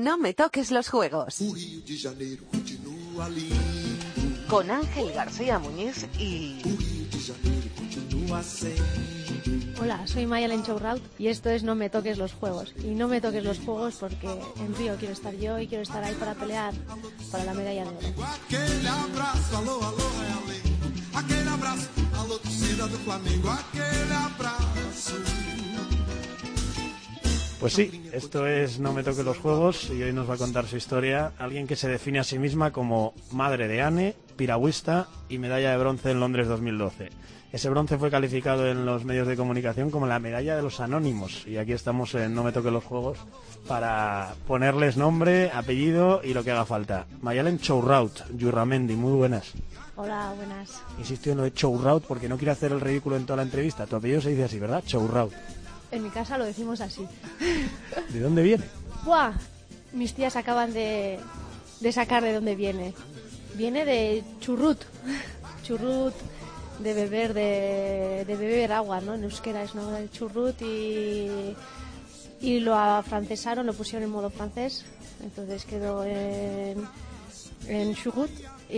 No me toques los juegos. Con Ángel García Muñiz y... Hola, soy Mayalen Chourraut y esto es No me toques los juegos. Y no me toques los juegos porque en Río quiero estar yo y quiero estar ahí para pelear para la medalla de oro. Pues sí, esto es No me toques los juegos y hoy nos va a contar su historia alguien que se define a sí misma como madre de Anne, piragüista y medalla de bronce en Londres 2012. Ese bronce fue calificado en los medios de comunicación como la medalla de los anónimos y aquí estamos en No me toques los juegos para ponerles nombre, apellido y lo que haga falta. Mayalen Chourraut, Yurramendi, muy buenas. Hola, buenas. Insisto en lo de Chourraut porque no quiero hacer el ridículo en toda la entrevista. Tu apellido se dice así, ¿verdad? Chourraut. En mi casa lo decimos así. ¿De dónde viene? ¡Buah! Mis tías acaban de sacar de dónde viene. Viene de churrut. Churrut de beber agua, ¿no? En euskera es una de churrut y lo afrancesaron, lo pusieron en modo francés. Entonces quedó en churrut.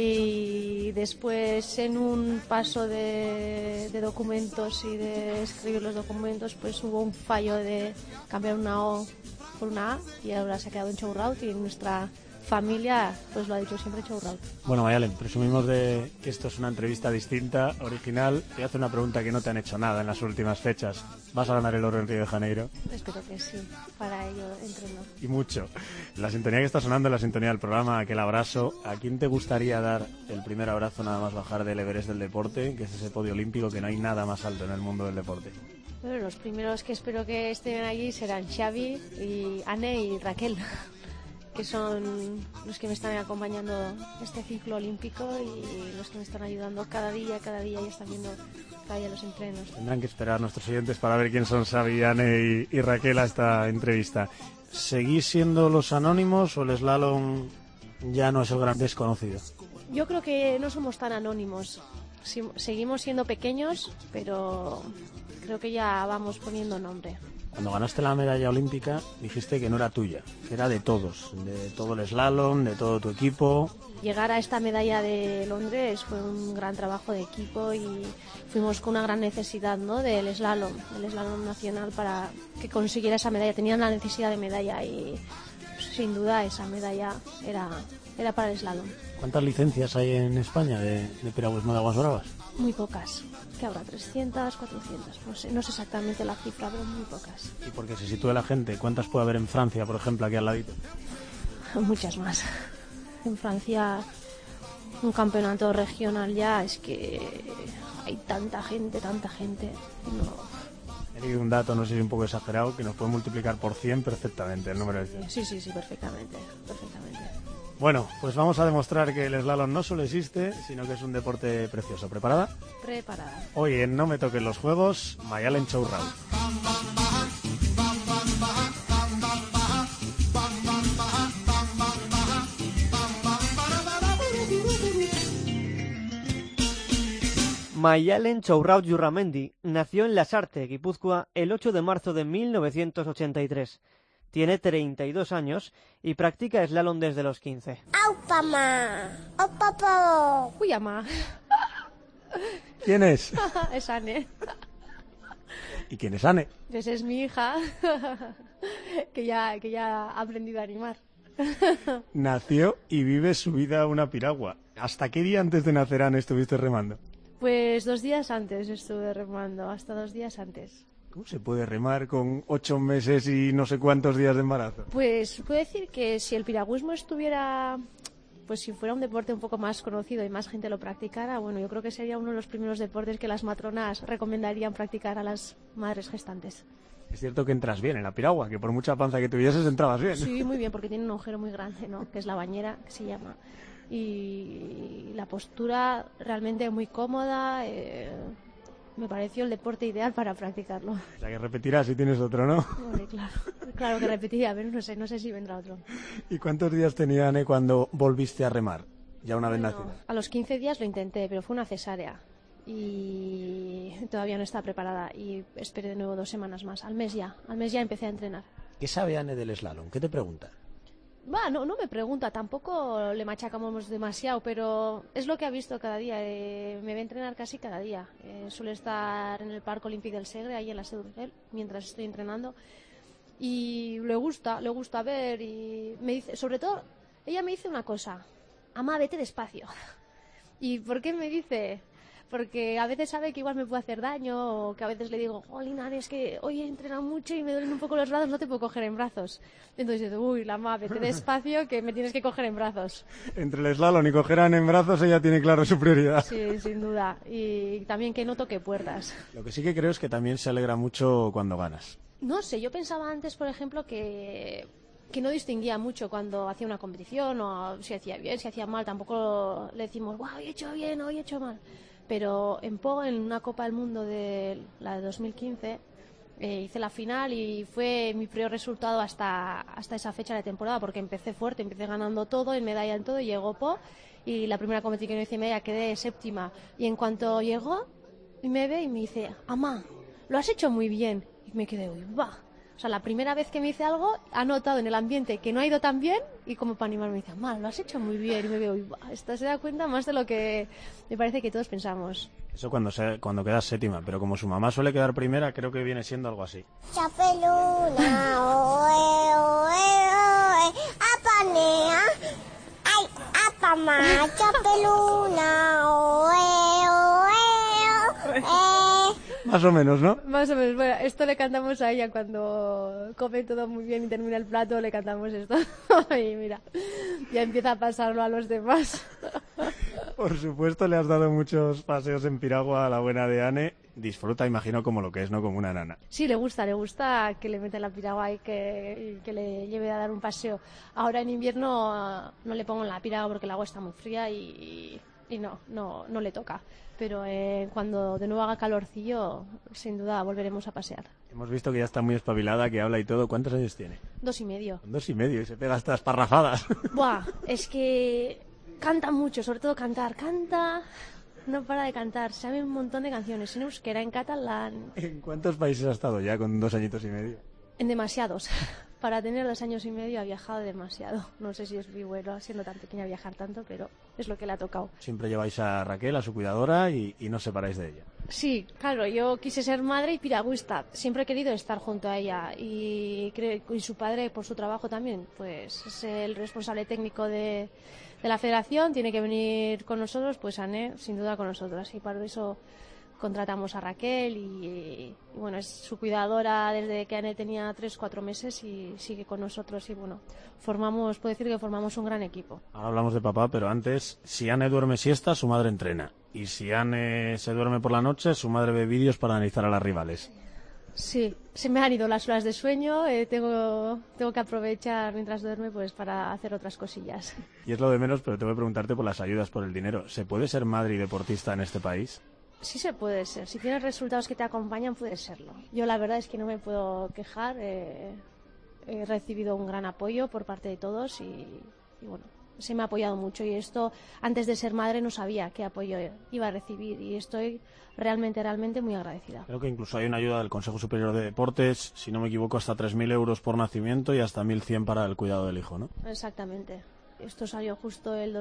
Y después en un paso de documentos y de escribir los documentos pues hubo un fallo de cambiar una O por una A y ahora se ha quedado en Chourraut y nuestra familia pues lo ha dicho siempre Chourraut. Bueno, Mayalen, presumimos de que esto es una entrevista distinta, original. Te voy a hacer una pregunta que no te han hecho nada en las últimas fechas. ¿Vas a ganar el oro en Río de Janeiro? Espero que sí, para ello entreno. Y mucho. La sintonía que está sonando es la sintonía del programa, aquel abrazo. ¿A quién te gustaría dar el primer abrazo nada más bajar del Everest del deporte, que es ese podio olímpico que no hay nada más alto en el mundo del deporte? Bueno, los primeros que espero que estén allí serán Xavi, y Anne y Raquel, que son los que me están acompañando este ciclo olímpico y los que me están ayudando cada día y están viendo cada día los entrenos. Tendrán que esperar nuestros oyentes para ver quién son Xavi, Anne y Raquel a esta entrevista. ¿Seguís siendo los anónimos o el slalom ya no es el gran desconocido? Yo creo que no somos tan anónimos. Seguimos siendo pequeños, pero creo que ya vamos poniendo nombre. Cuando ganaste la medalla olímpica dijiste que no era tuya, que era de todos, de todo el slalom, de todo tu equipo. Llegar a esta medalla de Londres fue un gran trabajo de equipo y fuimos con una gran necesidad, ¿no?, del slalom nacional para que consiguiera esa medalla. Tenían la necesidad de medalla y sin duda esa medalla era para el slalom. ¿Cuántas licencias hay en España de piragüismo de aguas bravas? Muy pocas. ¿Qué habrá? 300, 400. No sé exactamente la cifra, pero muy pocas. Y porque se sitúe la gente, ¿cuántas puede haber en Francia, por ejemplo, aquí al ladito? Muchas más. En Francia, un campeonato regional ya es que hay tanta gente. He leído un dato, no sé si un poco exagerado, que nos puede multiplicar por 100 perfectamente el número de 100. Sí, perfectamente. Bueno, pues vamos a demostrar que el slalom no solo existe, sino que es un deporte precioso. ¿Preparada? Preparada. Hoy en No me toquen los juegos, Mayalen Chourraut. Mayalen Chourraut Yurramendi nació en Lasarte, Guipúzcoa, el 8 de marzo de 1983. Tiene 32 años y practica slalom desde los 15. ¡Aupa, ma! ¡Aupa, po! ¡Uy, ama! ¿Quién es? Es Anne. ¿Y quién es Anne? Pues es mi hija, que ya ha aprendido a animar. Nació y vive su vida una piragua. ¿Hasta qué día antes de nacer Anne estuviste remando? Pues 2 días antes estuve remando, hasta 2 días antes. ¿Cómo se puede remar con 8 meses y no sé cuántos días de embarazo? Pues puedo decir que si el piragüismo estuviera, pues si fuera un deporte un poco más conocido y más gente lo practicara, bueno, yo creo que sería uno de los primeros deportes que las matronas recomendarían practicar a las madres gestantes. Es cierto que entras bien en la piragua, que por mucha panza que tuvieses entrabas bien. Sí, muy bien, porque tiene un agujero muy grande, ¿no?, que es la bañera, que se llama. Y la postura realmente muy cómoda. Me pareció el deporte ideal para practicarlo. O sea que repetirás si tienes otro, ¿no? Vale, claro que repetiría, pero no sé si vendrá otro. ¿Y cuántos días tenía Anne cuando volviste a remar? Ya una vez nacida. A los 15 días lo intenté, pero fue una cesárea. Y todavía no está preparada. Y esperé de nuevo 2 semanas más. Al mes ya empecé a entrenar. ¿Qué sabe Anne del slalom? ¿Qué te pregunta? No me pregunta, tampoco le machacamos demasiado, pero es lo que ha visto cada día. Me ve entrenar casi cada día. Suele estar en el Parque Olímpic del Segre, ahí en la Seu d'Urgell, mientras estoy entrenando. Y le gusta ver y me dice, sobre todo, ella me dice una cosa: Amá, vete despacio. ¿Y por qué me dice? Porque a veces sabe que igual me puede hacer daño, o que a veces le digo, Lina, es que hoy he entrenado mucho y me duelen un poco los brazos, no te puedo coger en brazos. Entonces dice, uy, Lama, vete despacio que me tienes que coger en brazos. Entre el slalom y cogerán en brazos, ella tiene claro su prioridad. Sí, sin duda. Y también que no toque puertas. Lo que sí que creo es que también se alegra mucho cuando ganas. No sé, yo pensaba antes, por ejemplo, que no distinguía mucho cuando hacía una competición, o si hacía bien, si hacía mal, tampoco le decimos, wow, he hecho bien, hoy he hecho mal. Pero en Po, en una Copa del Mundo de la de 2015, hice la final y fue mi peor resultado hasta esa fecha de temporada, porque empecé fuerte, empecé ganando todo, en medalla en todo, y llegó Po, y la primera competición que hice en medalla quedé séptima. Y en cuanto llegó, me ve y me dice, Amá, lo has hecho muy bien. Y me quedé, uy, va. O sea, la primera vez que me hice algo, ha notado en el ambiente que no ha ido tan bien, y como para animarme me dice, mal, lo has hecho muy bien. Y me veo, esto se da cuenta más de lo que me parece que todos pensamos. Eso cuando quedas séptima, pero como su mamá suele quedar primera, creo que viene siendo algo así. Chapeluna, oe, oe, oe, apanea, ay, apamá, chapeluna, oe, oe, Más o menos, ¿no? Más o menos. Bueno, esto le cantamos a ella cuando come todo muy bien y termina el plato, le cantamos esto. Y mira, ya empieza a pasarlo a los demás. Por supuesto, le has dado muchos paseos en piragua a la buena de Anne. Disfruta, imagino, como lo que es, no como una nana. Sí, le gusta que le meta la piragua y que le lleve a dar un paseo. Ahora en invierno no le pongo en la piragua porque el agua está muy fría y no le toca. Pero cuando de nuevo haga calorcillo, sin duda volveremos a pasear. Hemos visto que ya está muy espabilada, que habla y todo. ¿Cuántos años tiene? 2,5. 2,5 y se pega estas parrafadas. Buah, es que canta mucho, sobre todo cantar. Canta, no para de cantar. Sabe un montón de canciones en euskera, en catalán. ¿En cuántos países ha estado ya con 2 añitos y medio? En demasiados. Para tener 2 años y medio ha viajado demasiado. No sé si es muy bueno siendo tan pequeña viajar tanto, pero es lo que le ha tocado. Siempre lleváis a Raquel, a su cuidadora, y no os separáis de ella. Sí, claro, yo quise ser madre y piragüista. Siempre he querido estar junto a ella y su padre, por su trabajo también, pues es el responsable técnico de la federación, tiene que venir con nosotros, pues Anne, sin duda con nosotros. Y para eso contratamos a Raquel y bueno, es su cuidadora desde que Anne tenía 3-4 meses y sigue con nosotros y bueno, puedo decir que formamos un gran equipo. Ahora hablamos de papá, pero antes, si Anne duerme siesta, su madre entrena. Y si Anne se duerme por la noche, su madre ve vídeos para analizar a las rivales. Sí, se me han ido las horas de sueño, tengo que aprovechar mientras duerme pues para hacer otras cosillas. Y es lo de menos, pero tengo que preguntarte por las ayudas, por el dinero. ¿Se puede ser madre y deportista en este país? Sí se puede ser, si tienes resultados que te acompañan puedes serlo. Yo la verdad es que no me puedo quejar, he recibido un gran apoyo por parte de todos y bueno, se me ha apoyado mucho y esto antes de ser madre no sabía qué apoyo iba a recibir y estoy realmente muy agradecida. Creo que incluso hay una ayuda del Consejo Superior de Deportes, si no me equivoco, hasta 3.000 euros por nacimiento y hasta 1.100 para el cuidado del hijo, ¿no? Exactamente. Esto salió justo el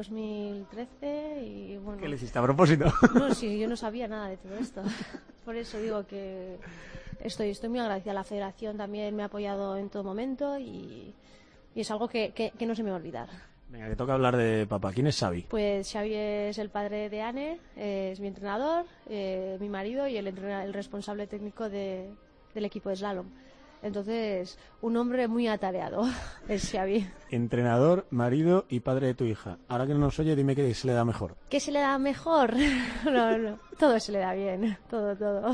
2013 y bueno... ¿Qué le hiciste a propósito? No, sí, yo no sabía nada de todo esto. Por eso digo que estoy muy agradecida. La federación también me ha apoyado en todo momento y es algo que no se me va a olvidar. Venga, que toca hablar de papá. ¿Quién es Xavi? Pues Xavi es el padre de Anne, es mi entrenador, mi marido y el responsable técnico del equipo de slalom. Entonces, un hombre muy atareado es Xavi. Entrenador, marido y padre de tu hija. Ahora que no nos oye, dime qué se le da mejor. ¿Qué se le da mejor? No, todo se le da bien, todo.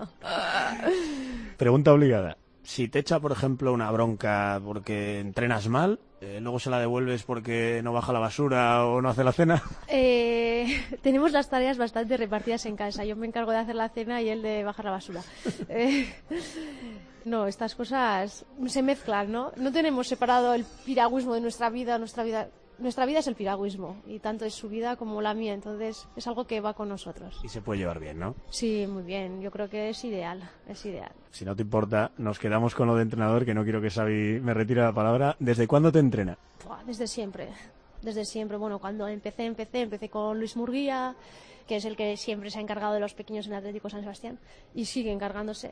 Pregunta obligada. Si te echa, por ejemplo, una bronca porque entrenas mal, luego se la devuelves porque no baja la basura o no hace la cena. Tenemos las tareas bastante repartidas en casa. Yo me encargo de hacer la cena y él de bajar la basura. No, estas cosas se mezclan, ¿no? No tenemos separado el piragüismo de nuestra vida nuestra vida es el piragüismo y tanto es su vida como la mía, entonces es algo que va con nosotros. Y se puede llevar bien, ¿no? Sí, muy bien, yo creo que es ideal, es ideal. Si no te importa, nos quedamos con lo de entrenador, que no quiero que Xavi me retire la palabra. ¿Desde cuándo te entrena? Desde siempre. Bueno, cuando empecé con Luis Murguía, que es el que siempre se ha encargado de los pequeños en Atlético San Sebastián y sigue encargándose.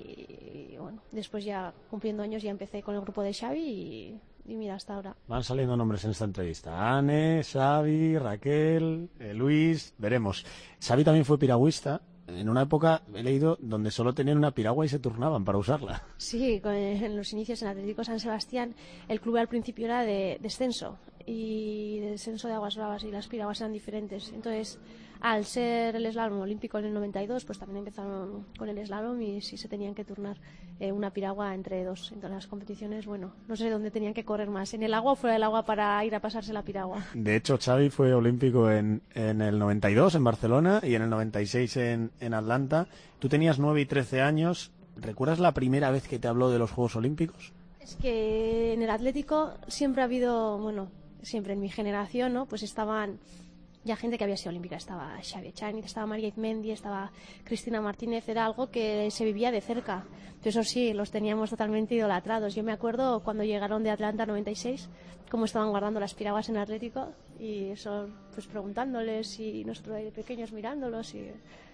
Y bueno, después ya cumpliendo años ya empecé con el grupo de Xavi y mira, hasta ahora. Van saliendo nombres en esta entrevista. Anne, Xavi, Raquel, Luis, veremos. Xavi también fue piragüista. En una época, he leído, donde solo tenían una piragua y se turnaban para usarla. Sí, en los inicios en Atlético San Sebastián, el club al principio era de descenso y de descenso de aguas bravas y las piraguas eran diferentes. Entonces, al ser el slalom olímpico en el 92, pues también empezaron con el slalom y sí se tenían que turnar una piragua entre dos. Entonces, las competiciones, bueno, no sé dónde tenían que correr más, en el agua o fuera del agua para ir a pasarse la piragua. De hecho, Xavi fue olímpico en el 92 en Barcelona y en el 96 en Atlanta. Tú tenías 9 y 13 años. ¿Recuerdas la primera vez que te habló de los Juegos Olímpicos? Es que en el Atlético siempre ha habido, bueno, siempre en mi generación, ¿no? Pues estaban ya gente que había sido olímpica. Estaba Xavi Echaniz, estaba María Izmendi, estaba Cristina Martínez. Era algo que se vivía de cerca. Eso sí, los teníamos totalmente idolatrados. Yo me acuerdo cuando llegaron de Atlanta 96, cómo estaban guardando las piraguas en Atlético y eso, pues preguntándoles y nosotros de pequeños mirándolos y...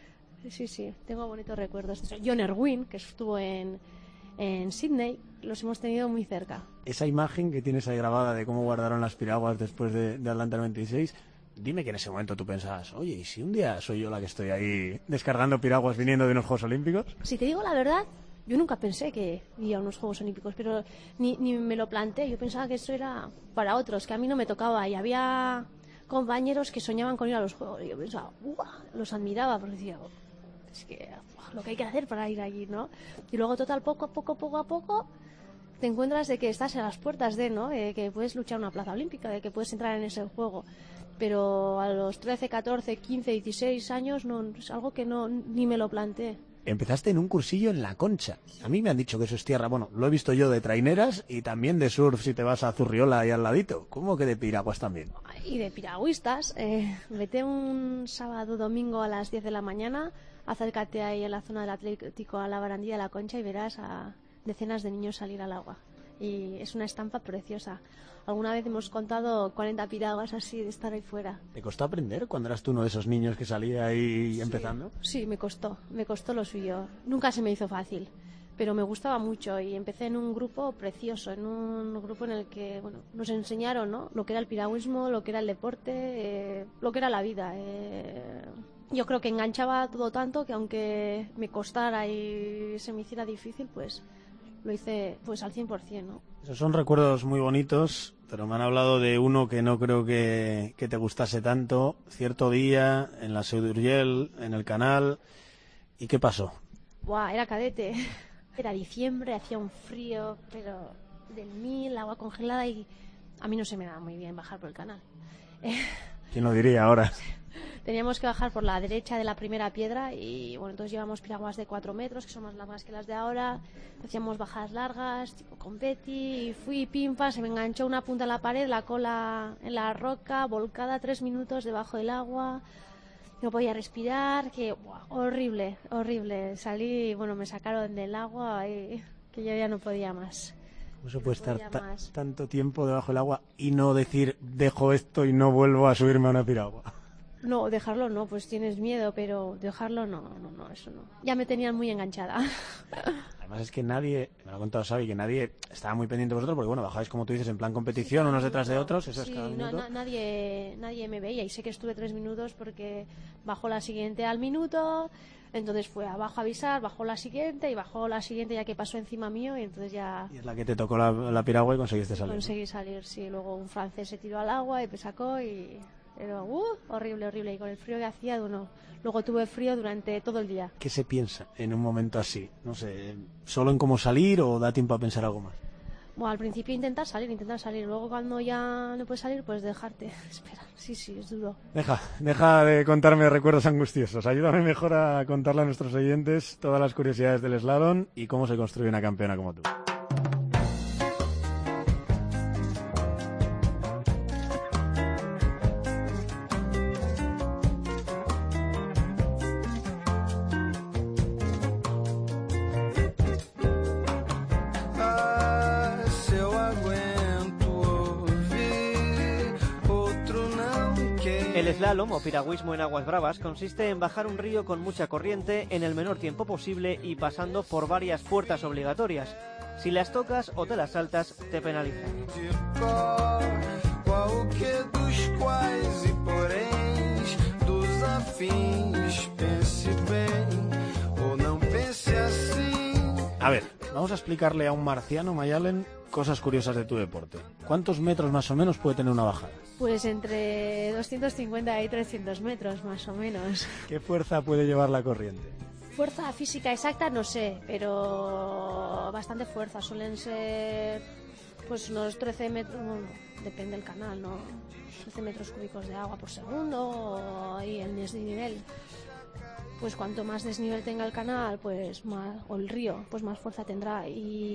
Sí, tengo bonitos recuerdos. John Erwin, que estuvo en Sydney, los hemos tenido muy cerca. Esa imagen que tienes ahí grabada de cómo guardaron las piraguas después de Atlanta 96, dime que en ese momento tú pensabas, oye, ¿y si un día soy yo la que estoy ahí descargando piraguas viniendo de unos Juegos Olímpicos? Si te digo la verdad, yo nunca pensé que iría a unos Juegos Olímpicos, pero ni me lo planteé. Yo pensaba que eso era para otros, que a mí no me tocaba y había compañeros que soñaban con ir a los Juegos y yo pensaba, los admiraba porque decía... Es que lo que hay que hacer para ir allí, ¿no? Y luego, total, poco a poco, te encuentras de que estás en las puertas de, ¿no? Que puedes luchar una plaza olímpica, de que puedes entrar en ese juego. Pero a los 13, 14, 15, 16 años, no, es algo que ni me lo planteé. Empezaste en un cursillo en La Concha. A mí me han dicho que eso es tierra, bueno, lo he visto yo de traineras y también de surf si te vas a Zurriola ahí al ladito. ¿Cómo que de piraguas también? Y de piragüistas. Vete un sábado, domingo a las 10 de la mañana, acércate ahí en la zona del Atlético a la barandilla de La Concha y verás a decenas de niños salir al agua. Y es una estampa preciosa. Alguna vez hemos contado 40 piraguas así de estar ahí fuera. ¿Te costó aprender cuando eras tú uno de esos niños que salía ahí empezando? Sí, me costó lo suyo. Nunca se me hizo fácil, pero me gustaba mucho y empecé en un grupo precioso, en un grupo en el que bueno, nos enseñaron, ¿no?, lo que era el piragüismo, lo que era el deporte, lo que era la vida. Yo creo que enganchaba todo tanto que aunque me costara y se me hiciera difícil, pues lo hice pues al 100%, ¿no? Esos son recuerdos muy bonitos, pero me han hablado de uno que no creo que te gustase tanto. Cierto día, en la Seu d'Urgell, en el canal. ¿Y qué pasó? Buah, era cadete. Era diciembre, hacía un frío, pero del 1000, agua congelada y a mí no se me daba muy bien bajar por el canal. ¿Quién lo diría ahora? Teníamos que bajar por la derecha de la primera piedra y bueno, entonces llevamos piraguas de 4 metros, que son más largas que las de ahora. Hacíamos bajadas largas, tipo confeti, y fui pimpa, se me enganchó una punta en la pared, la cola en la roca, volcada 3 minutos debajo del agua. No podía respirar, que horrible. Salí, bueno, me sacaron del agua y que yo ya no podía más. ¿Cómo se puede estar tanto tiempo debajo del agua y no decir, dejo esto y no vuelvo a subirme a una piragua? No, dejarlo no, pues tienes miedo, pero dejarlo no, eso no. Ya me tenían muy enganchada. Además es que nadie, me lo ha contado Xavi, que nadie estaba muy pendiente de vosotros, porque bueno, bajáis como tú dices en plan competición, unos detrás de otros, eso sí, es cada minuto. Nadie me veía y sé que estuve 3 minutos porque bajó la siguiente al minuto, entonces fue abajo a avisar, bajó la siguiente y bajó la siguiente ya que pasó encima mío y entonces ya... Y es la que te tocó la piragua y conseguiste salir. Conseguí salir, sí, luego un francés se tiró al agua y me sacó y... Pero horrible, y con el frío que hacía, bueno, luego tuve frío durante todo el día. ¿Qué se piensa en un momento así? No sé, ¿solo en cómo salir o da tiempo a pensar algo más? Bueno, al principio intentar salir, luego cuando ya no puedes salir, pues dejarte esperar. Sí, es duro. Deja de contarme recuerdos angustiosos, ayúdame mejor a contarle a nuestros oyentes todas las curiosidades del slalom y cómo se construye una campeona como tú. El slalom o piragüismo en aguas bravas consiste en bajar un río con mucha corriente en el menor tiempo posible y pasando por varias puertas obligatorias. Si las tocas o te las saltas, te penalizan. A ver, vamos a explicarle a un marciano, Mayalen, cosas curiosas de tu deporte. ¿Cuántos metros más o menos puede tener una bajada? Pues entre 250 y 300 metros, más o menos. ¿Qué fuerza puede llevar la corriente? Fuerza física exacta no sé, pero bastante fuerza. Suelen ser pues unos 13 metros, bueno, depende del canal, ¿no? 13 metros cúbicos de agua por segundo y el desnivel. Pues cuanto más desnivel tenga el canal, pues más, o el río, pues más fuerza tendrá.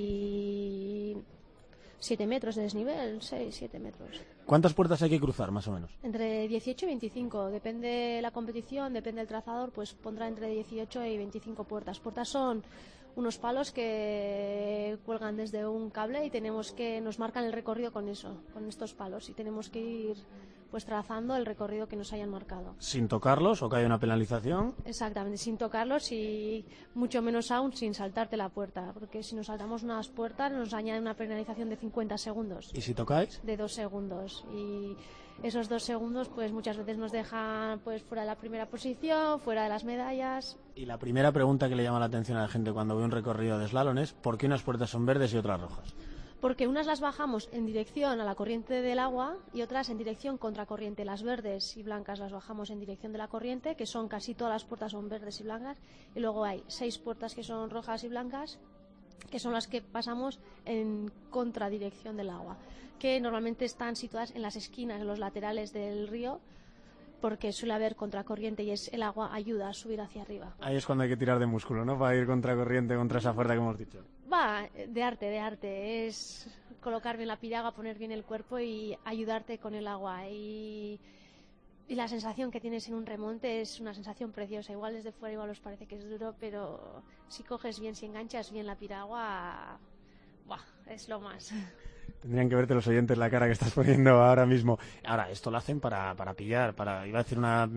Y 7 metros de desnivel, 6, 7 metros. ¿Cuántas puertas hay que cruzar, más o menos? Entre 18 y 25, depende la competición, depende del trazador, pues pondrá entre 18 y 25 puertas. Puertas son unos palos que cuelgan desde un cable y nos marcan el recorrido con eso, con estos palos, y tenemos que ir pues trazando el recorrido que nos hayan marcado. ¿Sin tocarlos o que haya una penalización? Exactamente, sin tocarlos y mucho menos aún sin saltarte la puerta, porque si nos saltamos unas puertas nos añade una penalización de 50 segundos. ¿Y si tocáis? De 2 segundos. Y esos 2 segundos pues muchas veces nos dejan pues fuera de la primera posición, fuera de las medallas. Y la primera pregunta que le llama la atención a la gente cuando ve un recorrido de slalom es ¿por qué unas puertas son verdes y otras rojas? Porque unas las bajamos en dirección a la corriente del agua y otras en dirección contracorriente. Las verdes y blancas las bajamos en dirección de la corriente, que son casi todas las puertas son verdes y blancas, y luego hay 6 puertas que son rojas y blancas, que son las que pasamos en contradirección del agua, que normalmente están situadas en las esquinas, en los laterales del río, porque suele haber contracorriente y el agua ayuda a subir hacia arriba. Ahí es cuando hay que tirar de músculo, ¿no? Para ir contracorriente contra esa fuerza que hemos dicho. Va, de arte. Es colocar bien la piragua, poner bien el cuerpo y ayudarte con el agua. Y la sensación que tienes en un remonte es una sensación preciosa. Igual desde fuera igual os parece que es duro, pero si coges bien, si enganchas bien la piragua, ¡buah!, es lo más. Tendrían que verte los oyentes la cara que estás poniendo ahora mismo. Ahora, esto lo hacen para pillar, iba a decir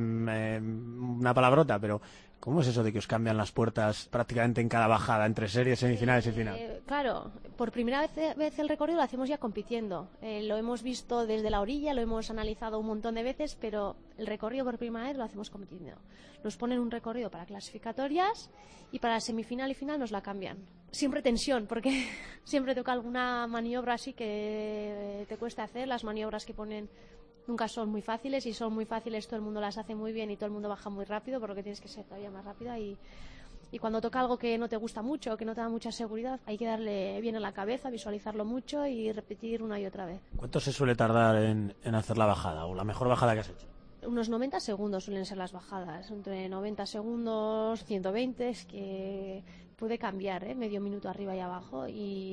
una palabrota, pero ¿cómo es eso de que os cambian las puertas prácticamente en cada bajada, entre series, semifinales y final? Claro, por primera vez el recorrido lo hacemos ya compitiendo. Lo hemos visto desde la orilla, lo hemos analizado un montón de veces, pero el recorrido por primera vez lo hacemos compitiendo. Nos ponen un recorrido para clasificatorias y para semifinal y final nos la cambian. Siempre tensión, porque siempre toca alguna maniobra así que te cuesta hacer. Las maniobras que ponen nunca son muy fáciles, y son muy fáciles todo el mundo las hace muy bien y todo el mundo baja muy rápido, porque tienes que ser todavía más rápida. Y cuando toca algo que no te gusta mucho, que no te da mucha seguridad, hay que darle bien a la cabeza, visualizarlo mucho y repetir una y otra vez. ¿Cuánto se suele tardar en hacer la bajada o la mejor bajada que has hecho? Unos 90 segundos suelen ser las bajadas, entre 90 segundos, 120, es que puede cambiar, medio minuto arriba y abajo.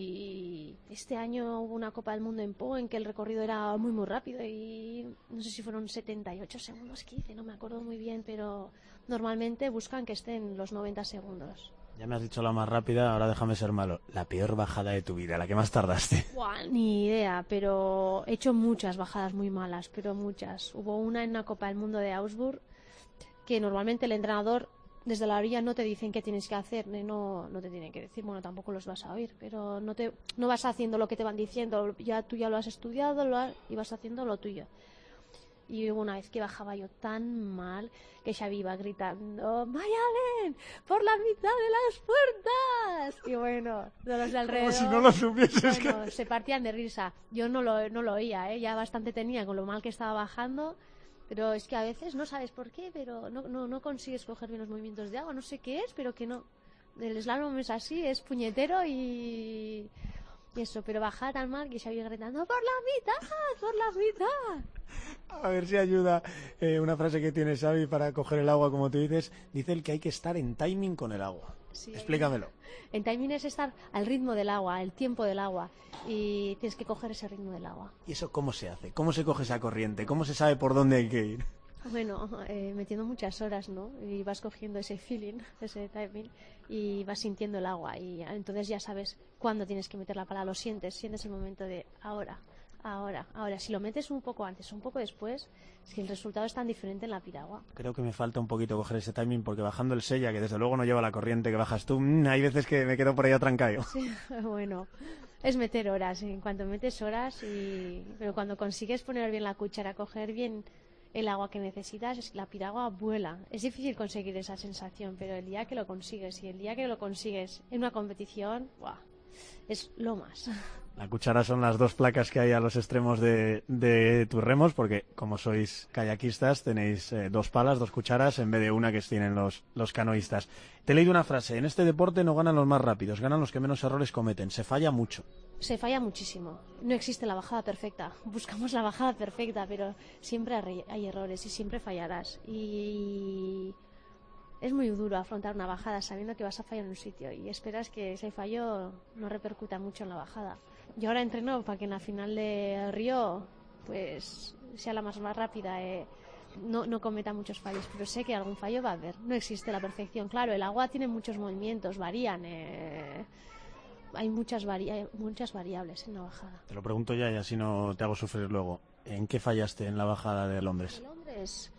Y este año hubo una Copa del Mundo en Po en que el recorrido era muy muy rápido y no sé si fueron 78 segundos, 15, no me acuerdo muy bien, pero normalmente buscan que estén los 90 segundos. Ya me has dicho la más rápida, ahora déjame ser malo. La peor bajada de tu vida, la que más tardaste. Buah, ni idea, pero he hecho muchas bajadas muy malas, pero muchas. Hubo una en una Copa del Mundo de Augsburg que normalmente el entrenador desde la orilla no te dicen qué tienes que hacer, no te tienen que decir, bueno, tampoco los vas a oír, pero no vas haciendo lo que te van diciendo, tú ya lo has estudiado y vas haciendo lo tuyo. Y hubo una vez que bajaba yo tan mal que Xavi iba gritando ¡Mayalen! ¡Por la mitad de las puertas! Y bueno, todos los de alrededor, Como si no lo supieses. bueno, se partían de risa. Yo no lo oía, ya bastante tenía con lo mal que estaba bajando, pero es que a veces no sabes por qué, pero no consigues coger bien los movimientos de agua, no sé qué es, pero que no. El slalom es así, es puñetero y eso, pero bajar tan mal que Xavi gritando ¡por la mitad! A ver si ayuda una frase que tiene Xavi para coger el agua, como tú dices. Dice el que hay que estar en timing con el agua. Sí, explícamelo. En timing es estar al ritmo del agua, el tiempo del agua, y tienes que coger ese ritmo del agua. ¿Y eso cómo se hace? ¿Cómo se coge esa corriente? ¿Cómo se sabe por dónde hay que ir? Bueno, metiendo muchas horas, ¿no? Y vas cogiendo ese feeling, ese timing, y vas sintiendo el agua, y entonces ya sabes cuándo tienes que meter la pala, lo sientes el momento de ahora. Ahora, si lo metes un poco antes o un poco después, es que el resultado es tan diferente en la piragua. Creo que me falta un poquito coger ese timing, porque bajando el Sella, que desde luego no lleva la corriente que bajas tú, hay veces que me quedo por ahí atrancado. Sí, bueno, es meter horas, en cuanto metes horas, pero cuando consigues poner bien la cuchara, coger bien el agua que necesitas, es que la piragua vuela. Es difícil conseguir esa sensación, pero el día que lo consigues, y el día que lo consigues en una competición, ¡buah!, es lo más. La cuchara son las 2 placas que hay a los extremos de tus remos, porque como sois kayakistas tenéis 2 palas, 2 cucharas, en vez de una que tienen los canoístas. Te he leído una frase: en este deporte no ganan los más rápidos, ganan los que menos errores cometen. Se falla mucho. Se falla muchísimo. No existe la bajada perfecta. Buscamos la bajada perfecta, pero siempre hay errores y siempre fallarás. Y es muy duro afrontar una bajada sabiendo que vas a fallar en un sitio y esperas que ese fallo no repercuta mucho en la bajada. Yo ahora entreno para que en la final de Río pues sea la más rápida, no cometa muchos fallos, pero sé que algún fallo va a haber. No existe la perfección. Claro, el agua tiene muchos movimientos, varían, hay muchas variables en la bajada. Te lo pregunto ya y así no te hago sufrir luego. ¿En qué fallaste en la bajada de Londres? ¿De Londres?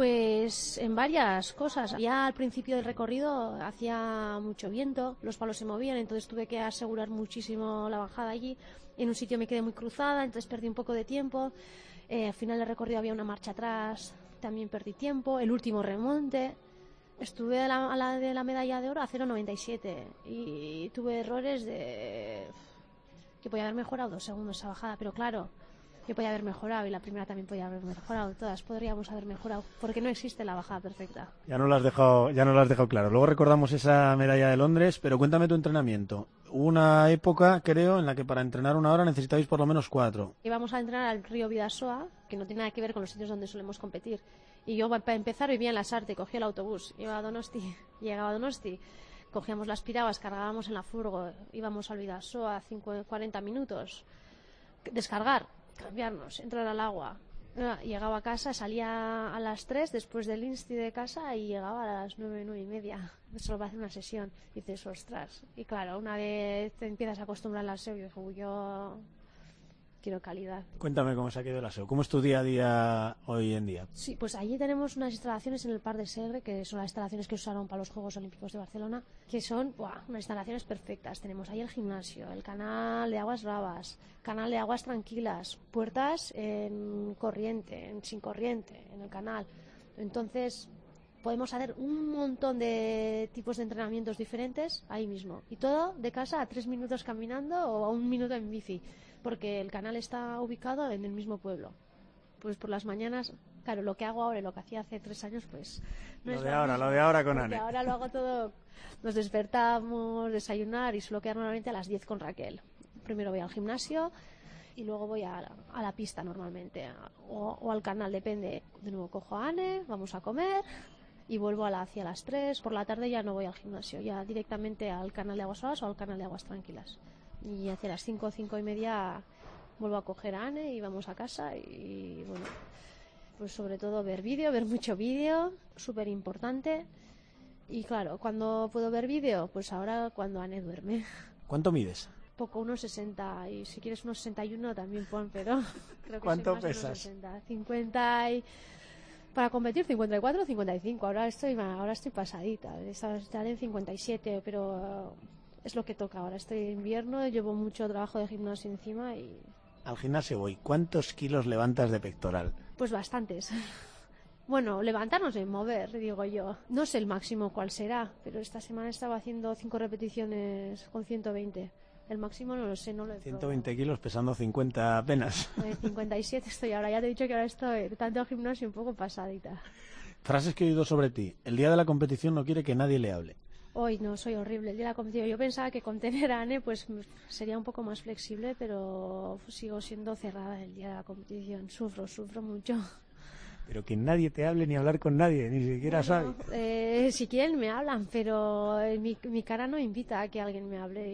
Pues en varias cosas. Ya al principio del recorrido hacía mucho viento, los palos se movían, entonces tuve que asegurar muchísimo la bajada allí. En un sitio me quedé muy cruzada, entonces perdí un poco de tiempo. Al final del recorrido había una marcha atrás, también perdí tiempo. El último remonte, estuve a la de la medalla de oro a 0,97 y tuve errores de que podía haber mejorado 2 segundos esa bajada, pero claro, yo podía haber mejorado y la primera también podía haber mejorado, todas podríamos haber mejorado, porque no existe la bajada perfecta. Ya no lo has dejado claro. Luego recordamos esa medalla de Londres, pero cuéntame tu entrenamiento. Hubo una época, creo, en la que para entrenar 1 hora necesitabais por lo menos 4. Íbamos a entrenar al río Bidasoa, que no tiene nada que ver con los sitios donde solemos competir. Y yo, para empezar, vivía en Lasarte, cogía el autobús, iba a Donosti, llegaba a Donosti, cogíamos las piraguas, cargábamos en la furgo, íbamos al Bidasoa, 40 minutos, descargar, cambiarnos, entrar al agua. Llegaba a casa, salía a las 3 después del insti de casa y llegaba a las 9:30. Solo va a hacer una sesión. Y dices, ostras. Y claro, una vez te empiezas a acostumbrar al SEO, yo quiero calidad. Cuéntame cómo se ha quedado el aseo. ¿Cómo es tu día a día hoy en día? Sí, pues allí tenemos unas instalaciones en el Parc de Segre, que son las instalaciones que usaron para los Juegos Olímpicos de Barcelona, que son unas instalaciones perfectas. Tenemos ahí el gimnasio, el canal de aguas bravas, canal de aguas tranquilas, puertas en corriente, sin corriente, en el canal. Entonces podemos hacer un montón de tipos de entrenamientos diferentes ahí mismo. Y todo de casa a 3 minutos caminando o a 1 minuto en bici, porque el canal está ubicado en el mismo pueblo. Pues por las mañanas, claro, lo que hago ahora y lo que hacía hace 3 años, pues no Lo es de lo ahora con mismo, Ane. ahora lo hago todo, nos despertamos, desayunar y suelo quedar normalmente a las 10 con Raquel. Primero voy al gimnasio y luego voy a la pista normalmente, o al canal, depende. De nuevo cojo a Ane, vamos a comer y vuelvo hacia las 3. Por la tarde ya no voy al gimnasio, ya directamente al canal de aguas bravas o al canal de aguas tranquilas. Y hacia las 5 y media vuelvo a coger a Ane y vamos a casa. Y bueno, pues sobre todo ver mucho vídeo, súper importante. Y claro, cuando puedo ver vídeo, pues ahora cuando Ane duerme. ¿Cuánto mides? Poco, 1,60, y si quieres 1,61 también pon, pero creo que ¿Cuánto soy más de pesas? 1,60. 50 y... Para competir 54 o 55, ahora estoy pasadita, estaré en 57, pero es lo que toca ahora. Estoy en invierno, llevo mucho trabajo de gimnasio encima y... Al gimnasio voy. ¿Cuántos kilos levantas de pectoral? Pues bastantes. Bueno, levantarnos y mover, digo yo. No sé el máximo cuál será, pero esta semana estaba haciendo 5 repeticiones con 120. El máximo no lo sé, no lo he probado. 120 kilos pesando 50 apenas. 57 estoy ahora, ya te he dicho que ahora estoy tanto gimnasio un poco pasadita. Frases que he oído sobre ti. El día de la competición no quiere que nadie le hable. Hoy no, soy horrible. El día de la competición, yo pensaba que con tener a Ane pues sería un poco más flexible, pero sigo siendo cerrada el día de la competición. Sufro mucho. Pero que nadie te hable ni hablar con nadie, ni siquiera sabe. Si quieren me hablan, pero mi cara no invita a que alguien me hable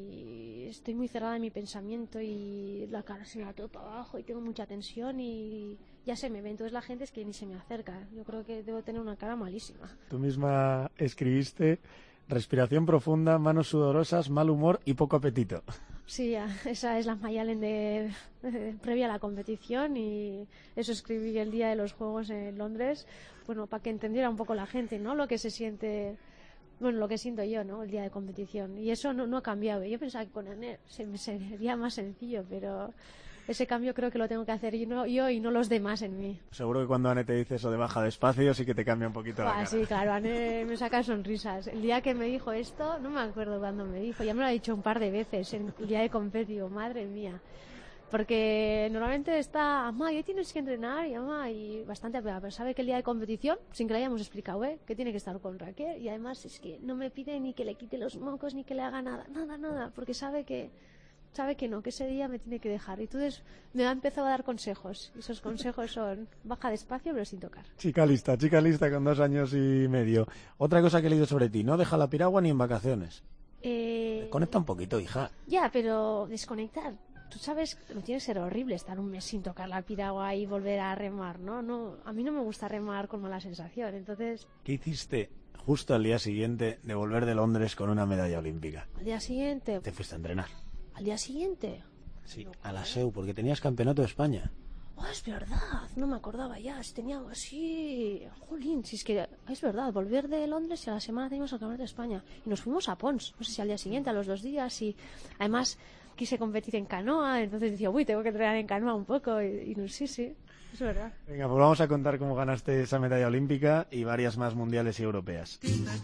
y estoy muy cerrada en mi pensamiento y la cara se me va todo para abajo y tengo mucha tensión y ya se me ve. Entonces la gente es que ni se me acerca. Yo creo que debo tener una cara malísima. Tú misma escribiste: respiración profunda, manos sudorosas, mal humor y poco apetito. Sí, esa es la Mayalen previa a la competición, y eso escribí el día de los Juegos en Londres, bueno, para que entendiera un poco la gente, ¿no? Lo que se siente, bueno, lo que siento yo, ¿no? El día de competición. Y eso no ha cambiado. Yo pensaba que con Anne se me sería más sencillo, pero ese cambio creo que lo tengo que hacer yo y no los demás en mí. Seguro que cuando Anne te dice eso de baja despacio sí que te cambia un poquito la cara. Sí, claro, Anne me saca sonrisas. El día que me dijo esto, no me acuerdo cuándo me dijo, ya me lo ha dicho un par de veces el día de competición, madre mía. Porque normalmente está, mamá, ya tienes que entrenar, y bastante apegada, pero sabe que el día de competición, sin que le hayamos explicado, que tiene que estar con Raquel, y además es que no me pide ni que le quite los mocos, ni que le haga nada, porque sabe que no, que ese día me tiene que dejar. Y entonces me ha empezado a dar consejos, y esos consejos son, baja despacio pero sin tocar. Chica lista con 2 años y medio. Otra cosa que he leído sobre ti, no deja la piragua ni en vacaciones. Conecta un poquito, hija. Ya, pero desconectar, tú sabes, no tiene que ser horrible estar un mes sin tocar la piragua y volver a remar, ¿no? A mí no me gusta remar con mala sensación, entonces... ¿Qué hiciste justo al día siguiente de volver de Londres con una medalla olímpica? Al día siguiente... ¿Te fuiste a entrenar? ¿Al día siguiente? Sí, a la SEU, porque tenías campeonato de España. Oh, es verdad, no me acordaba ya, si tenía algo así... Jolín, si es que es verdad, volver de Londres y a la semana teníamos el campeonato de España. Y nos fuimos a Pons, no sé si al día siguiente, a los 2 días, y además quise competir en canoa, entonces decía, uy, tengo que entrenar en canoa un poco, y sí, es verdad. Venga, pues vamos a contar cómo ganaste esa medalla olímpica y varias más mundiales y europeas.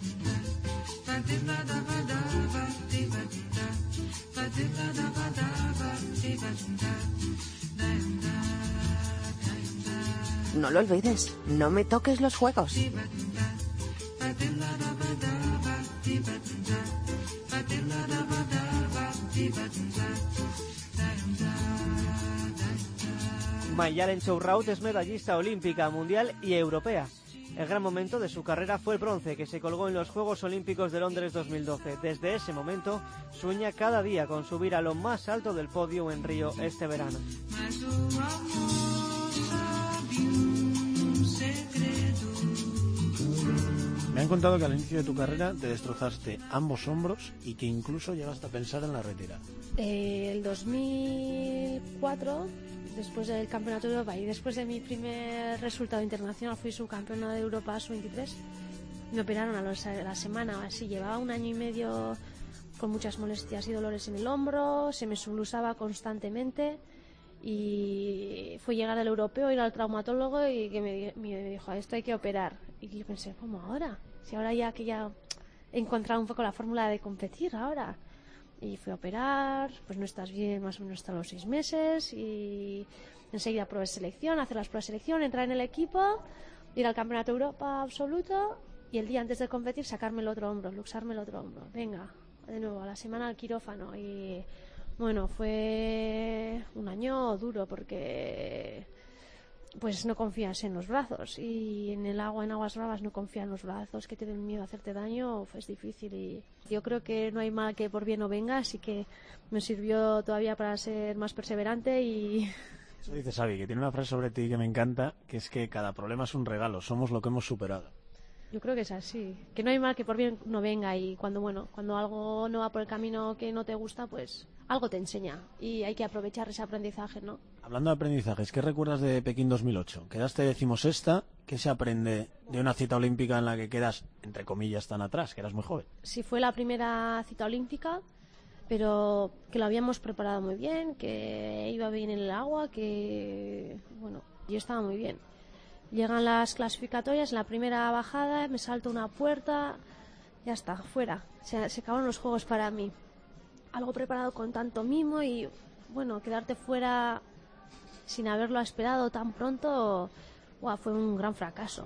No lo olvides, no me toques los juegos. Mayalen Chouraut es medallista olímpica, mundial y europea. El gran momento de su carrera fue el bronce que se colgó en los Juegos Olímpicos de Londres 2012. Desde ese momento sueña cada día con subir a lo más alto del podio en Río este verano. Me han contado que al inicio de tu carrera te destrozaste ambos hombros y que incluso llegaste a pensar en la retirada. El 2004, después del Campeonato de Europa y después de mi primer resultado internacional, fui subcampeona de Europa Sub-23. Me operaron a la semana o así. Llevaba 1 año y medio con muchas molestias y dolores en el hombro, se me sublusaba constantemente, y fue llegar al europeo, ir al traumatólogo y que me dijo, esto hay que operar. Y yo pensé, ¿cómo ahora? Si ahora ya he encontrado un poco la fórmula de competir ahora. Y fui a operar, pues no estás bien más o menos hasta los 6 meses, y enseguida pruebas de selección, hacer las pruebas de selección, entrar en el equipo, ir al Campeonato de Europa absoluto, y el día antes de competir sacarme el otro hombro, luxarme el otro hombro. Venga, de nuevo, a la semana al quirófano. Y bueno, fue un año duro porque pues no confías en los brazos, y en el agua, en aguas bravas, no confías en los brazos, que te den miedo a hacerte daño, es difícil. Y yo creo que no hay mal que por bien no venga, así que me sirvió todavía para ser más perseverante. Y eso dice Xavi, que tiene una frase sobre ti que me encanta, que es que cada problema es un regalo, somos lo que hemos superado. Yo creo que es así, que no hay mal que por bien no venga, y cuando algo no va por el camino que no te gusta, pues algo te enseña, y hay que aprovechar ese aprendizaje, ¿no? Hablando de aprendizajes, ¿qué recuerdas de Pekín 2008? Quedaste 16ª, ¿qué se aprende de una cita olímpica en la que quedas, entre comillas, tan atrás, que eras muy joven? Sí, fue la primera cita olímpica, pero que lo habíamos preparado muy bien, que iba bien en el agua, que, bueno, yo estaba muy bien. Llegan las clasificatorias, en la primera bajada me salto una puerta, ya está, fuera. Se acabaron los juegos para mí. Algo preparado con tanto mimo, y bueno, quedarte fuera sin haberlo esperado tan pronto, fue un gran fracaso.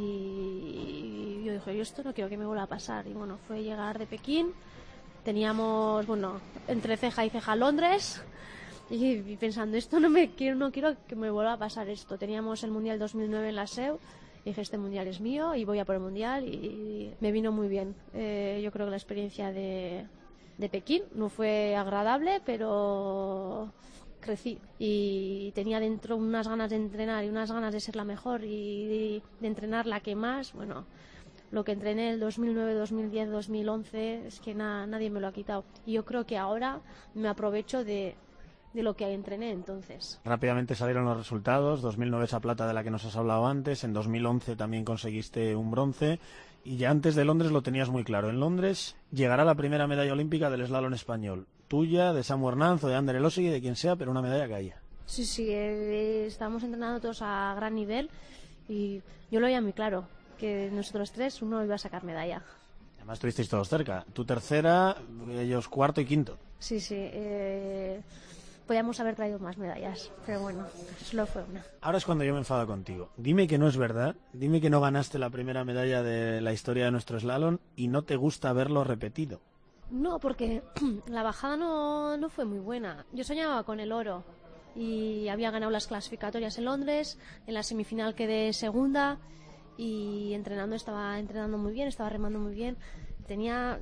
Y yo dije, yo esto no quiero que me vuelva a pasar. Y bueno, fue llegar de Pekín, teníamos, entre ceja y ceja Londres, y pensando, esto no quiero que me vuelva a pasar esto. Teníamos el Mundial 2009 en la SEU, y dije, este Mundial es mío y voy a por el Mundial, y me vino muy bien. Yo creo que la experiencia de Pekín no fue agradable, pero crecí y tenía dentro unas ganas de entrenar y unas ganas de ser la mejor y de entrenar la que más. Bueno, lo que entrené el 2009, 2010, 2011, es que nadie me lo ha quitado. Y yo creo que ahora me aprovecho de lo que entrené entonces. Rápidamente salieron los resultados. 2009 esa plata de la que nos has hablado antes. En 2011 también conseguiste un bronce. Y ya antes de Londres lo tenías muy claro. En Londres llegará la primera medalla olímpica del slalom español. Tuya, de Samu Hernández o de Ander Elosegui, de quien sea, pero una medalla que haya. Sí, estábamos entrenando todos a gran nivel y yo lo veía muy claro, que nosotros tres uno iba a sacar medalla. Además estuvisteis todos cerca. Tú tercera, ellos cuarto y quinto. Sí, podíamos haber traído más medallas, pero bueno, solo fue una. Ahora es cuando yo me enfado contigo. Dime que no es verdad, dime que no ganaste la primera medalla de la historia de nuestro slalom y no te gusta verlo repetido. No, porque la bajada no fue muy buena. Yo soñaba con el oro y había ganado las clasificatorias en Londres, en la semifinal quedé segunda y estaba entrenando muy bien, estaba remando muy bien. Tenía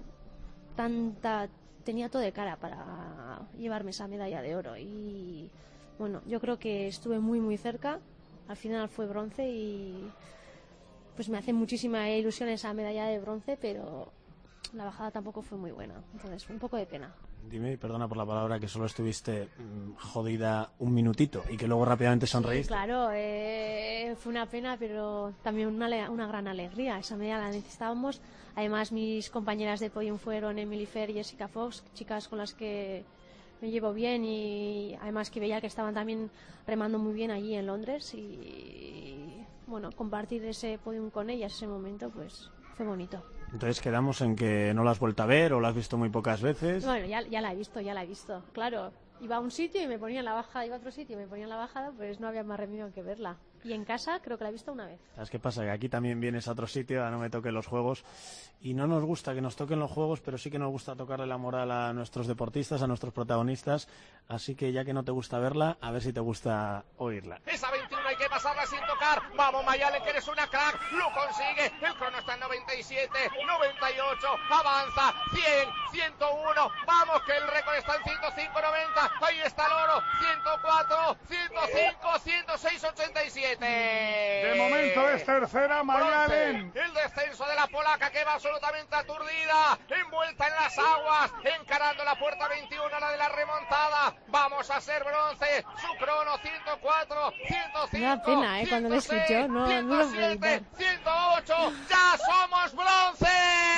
todo de cara para llevarme esa medalla de oro y bueno, yo creo que estuve muy muy cerca. Al final fue bronce y pues me hace muchísima ilusión esa medalla de bronce, pero la bajada tampoco fue muy buena, entonces un poco de pena. Dime, y perdona por la palabra, que solo estuviste jodida un minutito y que luego rápidamente sonreíste. Sí, claro, fue una pena, pero también una gran alegría. Esa medalla la necesitábamos. Además, mis compañeras de podium fueron Emily Fair y Jessica Fox, chicas con las que me llevo bien y además que veía que estaban también remando muy bien allí en Londres y bueno, compartir ese podium con ellas, ese momento, pues fue bonito. Entonces quedamos en que no la has vuelto a ver o la has visto muy pocas veces. Bueno, ya la he visto. Claro, iba a un sitio y me ponían la bajada, iba a otro sitio y me ponían la bajada, pues no había más remedio que verla. Y en casa creo que la he visto una vez. ¿Sabes qué pasa? Que aquí también vienes a otro sitio, a No me toquen los juegos, y no nos gusta que nos toquen los juegos, pero sí que nos gusta tocarle la moral a nuestros deportistas, a nuestros protagonistas, así que ya que no te gusta verla, a ver si te gusta oírla. Esa 21 hay que pasarla sin tocar. Vamos, Mayalen, que eres una crack. Lo consigue. El crono está en 97, 98. Avanza. 100, 101. Vamos, que el récord está en 105.90. Ahí está el oro. 104, 105, 106, 87. De momento es tercera, Mayalen. El descenso de la polaca que va absolutamente aturdida. Envuelta en las aguas. Encarando la puerta 21, la de la remontada. Vamos a ser bronce. Su crono 104, 105. Me da pena, cuando lo escucho, no lo puedo evitar. 108, ya somos bronce.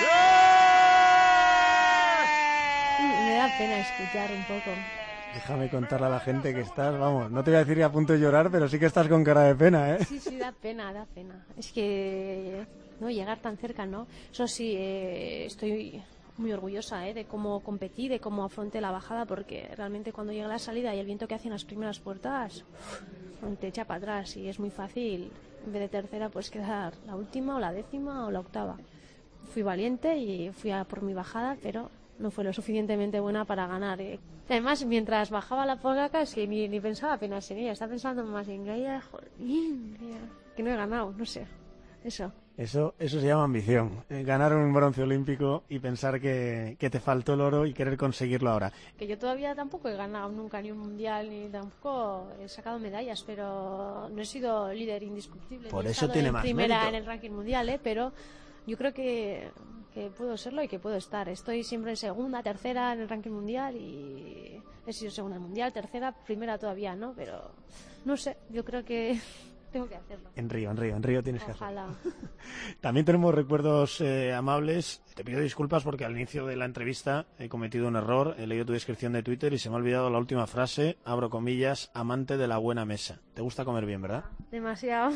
Me da pena escuchar un poco. Déjame contarle a la gente que estás, vamos, no te voy a decir que a punto de llorar, pero sí que estás con cara de pena, ¿eh? Sí, da pena. Es que no llegar tan cerca, ¿no? Eso sí, estoy muy orgullosa de cómo competí, de cómo afronté la bajada, porque realmente cuando llega la salida y el viento que hace en las primeras puertas te echa para atrás y es muy fácil, en vez de tercera, pues quedar la última o la décima o la octava. Fui valiente y fui a por mi bajada, pero no fue lo suficientemente buena para ganar. Además, mientras bajaba la polaca, es que ni pensaba apenas en ella, estaba pensando más en ella, que no he ganado, no sé, eso. Eso se llama ambición, ganar un bronce olímpico y pensar que te faltó el oro y querer conseguirlo ahora. Que yo todavía tampoco he ganado nunca ni un mundial, ni tampoco he sacado medallas, pero no he sido líder indiscutible. Por ni eso he tiene en más primera mérito en el ranking mundial, pero yo creo que puedo serlo y que puedo estar. Estoy siempre en segunda, tercera en el ranking mundial y he sido segunda en el mundial, tercera, primera todavía, ¿no? Pero no sé, yo creo que tengo que hacerlo. En Río tienes que Ojalá. hacerlo. También tenemos recuerdos amables. Te pido disculpas porque al inicio de la entrevista he cometido un error. He leído tu descripción de Twitter y se me ha olvidado la última frase. Abro comillas, amante de la buena mesa. Te gusta comer bien, ¿verdad? Demasiado.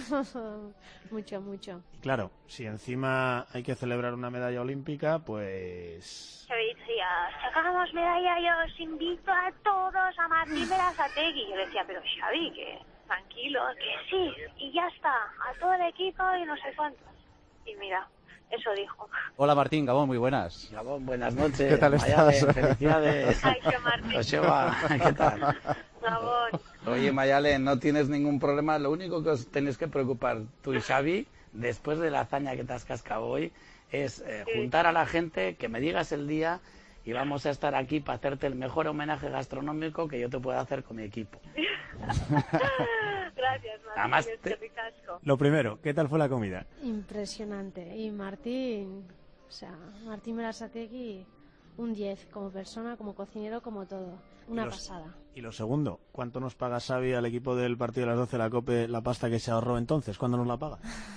mucho. Y claro, si encima hay que celebrar una medalla olímpica, pues... Xavi decía, sacamos medalla, yo os invito a todos a Martín Berasategui. Yo le decía, pero Xavi, que tranquilo, que sí, y ya está, a todo el equipo y no sé cuántos. Y mira, eso dijo. Hola Martín, Gabón, muy buenas. Gabón, buenas noches. ¿Qué tal Mayalen, estás? felicidades. Ay, qué Martín. Joseba, ¿qué tal? Gabón. Oye, Mayalen, no tienes ningún problema. Lo único que os tenéis que preocupar tú y Xavi, después de la hazaña que te has cascado hoy, es juntar a la gente, que me digas el día y vamos a estar aquí para hacerte el mejor homenaje gastronómico que yo te pueda hacer con mi equipo. Gracias, Martín. Además, Es que ricasco. Lo primero, ¿qué tal fue la comida? Impresionante. Y Martín, o sea, Martín Berasategui, un 10 como persona, como cocinero, como todo. Una pasada. Y lo segundo, ¿cuánto nos paga Xavi al equipo del partido de las 12 de la COPE la pasta que se ahorró entonces? ¿Cuándo nos la paga?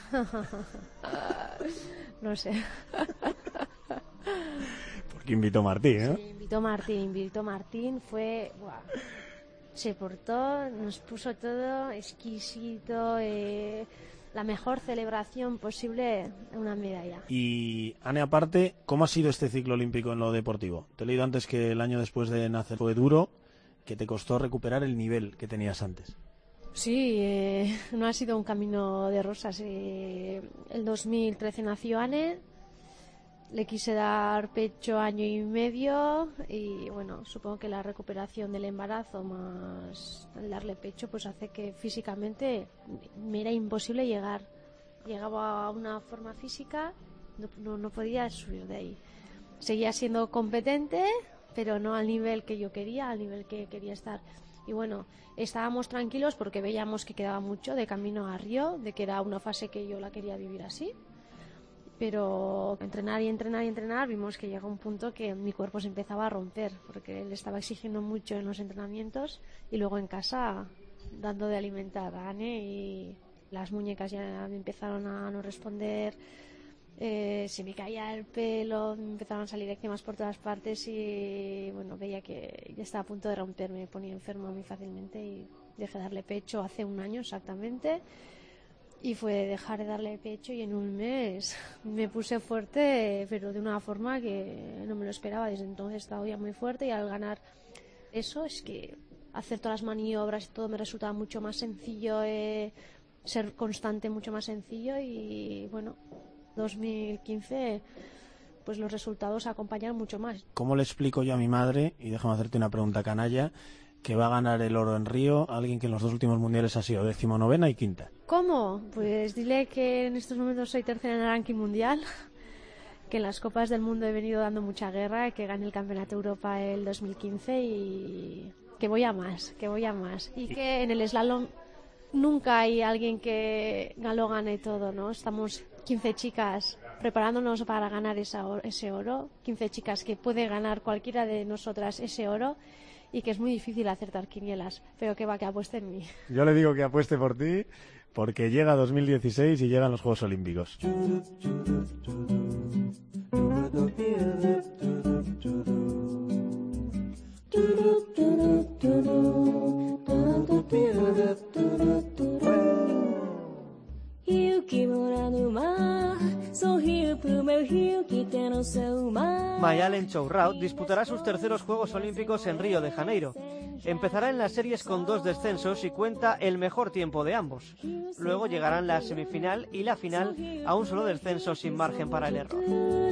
No sé. Porque invitó Martín, ¿eh? Sí, invitó Martín, fue... ¡buah! Se portó, nos puso todo exquisito, la mejor celebración posible, una medalla. Y, Ane, aparte, ¿cómo ha sido este ciclo olímpico en lo deportivo? Te he leído antes que el año después de nacer fue duro, que te costó recuperar el nivel que tenías antes. Sí, no ha sido un camino de rosas. El 2013 nació Ane, le quise dar pecho año y medio y bueno, supongo que la recuperación del embarazo más el darle pecho pues hace que físicamente me era imposible llegar. Llegaba a una forma física, no podía subir de ahí. Seguía siendo competente, pero no al nivel que yo quería, al nivel que quería estar. Y bueno, estábamos tranquilos porque veíamos que quedaba mucho de camino a Río, de que era una fase que yo la quería vivir así. Pero entrenar y entrenar y entrenar, vimos que llegó un punto que mi cuerpo se empezaba a romper, porque él estaba exigiendo mucho en los entrenamientos y luego en casa dando de alimentar a Ane y las muñecas ya me empezaron a no responder, se me caía el pelo, me empezaron a salir eczemas por todas partes y bueno, veía que ya estaba a punto de romperme, me ponía enferma muy fácilmente y dejé de darle pecho hace un año exactamente. Y fue dejar de darle pecho y en un mes me puse fuerte, pero de una forma que no me lo esperaba. Desde entonces estaba ya muy fuerte y al ganar eso es que hacer todas las maniobras y todo me resultaba mucho más sencillo, ser constante mucho más sencillo y bueno, 2015 pues los resultados acompañan mucho más. ¿Cómo le explico yo a mi madre, y déjame hacerte una pregunta canalla, que va a ganar el oro en Río alguien que en los dos últimos mundiales ha sido 19ª y 5ª? ¿Cómo? Pues dile que en estos momentos soy tercera en el ranking mundial, que en las Copas del Mundo he venido dando mucha guerra, que gané el Campeonato de Europa el 2015 y que voy a más. Y que en el slalom nunca hay alguien que lo gane todo, ¿no? Estamos 15 chicas preparándonos para ganar ese oro, 15 chicas que puede ganar cualquiera de nosotras ese oro. Y que es muy difícil acertar quinielas, pero que apueste en mí. Yo le digo que apueste por ti, porque llega 2016 y llegan los Juegos Olímpicos. Mayalen Chouraut disputará sus terceros Juegos Olímpicos en Río de Janeiro. Empezará en las series con 2 descensos y cuenta el mejor tiempo de ambos. Luego llegarán la semifinal y la final a un solo descenso sin margen para el error.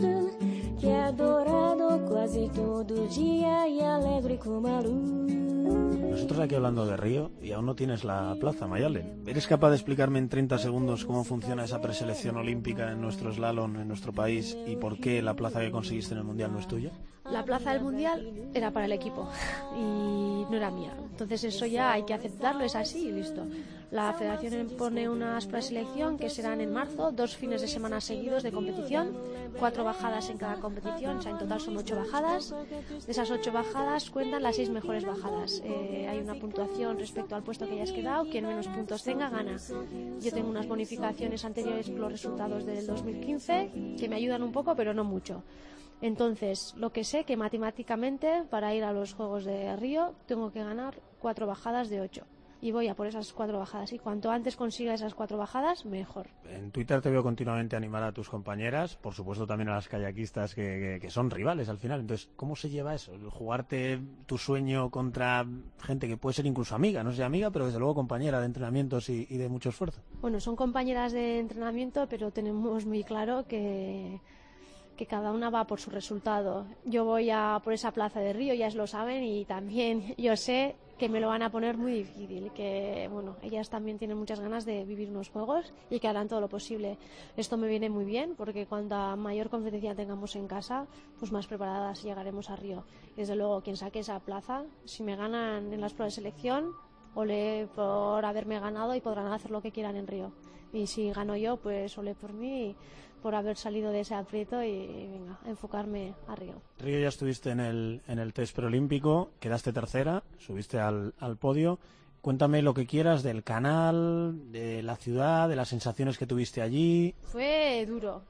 Nosotros aquí hablando de Río y aún no tienes la plaza, Mayalen. ¿Eres capaz de explicarme en 30 segundos cómo funciona esa preselección olímpica en nuestro slalom, en nuestro país, y por qué la plaza que conseguiste en el Mundial no es tuya? La plaza del Mundial era para el equipo y no era mía. Entonces eso ya hay que aceptarlo, es así y listo. La federación pone unas preselección que serán en marzo, 2 fines de semana seguidos de competición, 4 bajadas en cada competición, o sea, en total son 8 bajadas. De esas 8 bajadas cuentan las 6 mejores bajadas. Hay una puntuación respecto al puesto que hayas quedado, quien menos puntos tenga gana. Yo tengo unas bonificaciones anteriores por los resultados del 2015 que me ayudan un poco, pero no mucho. Entonces, lo que sé que matemáticamente para ir a los Juegos de Río tengo que ganar 4 bajadas de 8. Y voy a por esas 4 bajadas. Y cuanto antes consiga esas 4 bajadas, mejor. En Twitter te veo continuamente animar a tus compañeras, por supuesto también a las kayakistas que son rivales al final. Entonces, ¿cómo se lleva eso? Jugarte tu sueño contra gente que puede ser incluso amiga, no sé amiga, pero desde luego compañera de entrenamientos y de mucho esfuerzo. Bueno, son compañeras de entrenamiento, pero tenemos muy claro que cada una va por su resultado. Yo voy a por esa plaza de Río, ya lo saben, y también yo sé que me lo van a poner muy difícil, que bueno, ellas también tienen muchas ganas de vivir unos juegos y que harán todo lo posible. Esto me viene muy bien porque cuanta mayor competencia tengamos en casa, pues más preparadas llegaremos a Río. Desde luego, quien saque esa plaza, si me ganan en las pruebas de selección, olé por haberme ganado y podrán hacer lo que quieran en Río. Y si gano yo, pues olé por mí, por haber salido de ese aprieto y venga, a enfocarme a Río. Río ya estuviste en el test preolímpico, quedaste tercera, subiste al podio. Cuéntame lo que quieras del canal, de la ciudad, de las sensaciones que tuviste allí. Fue duro.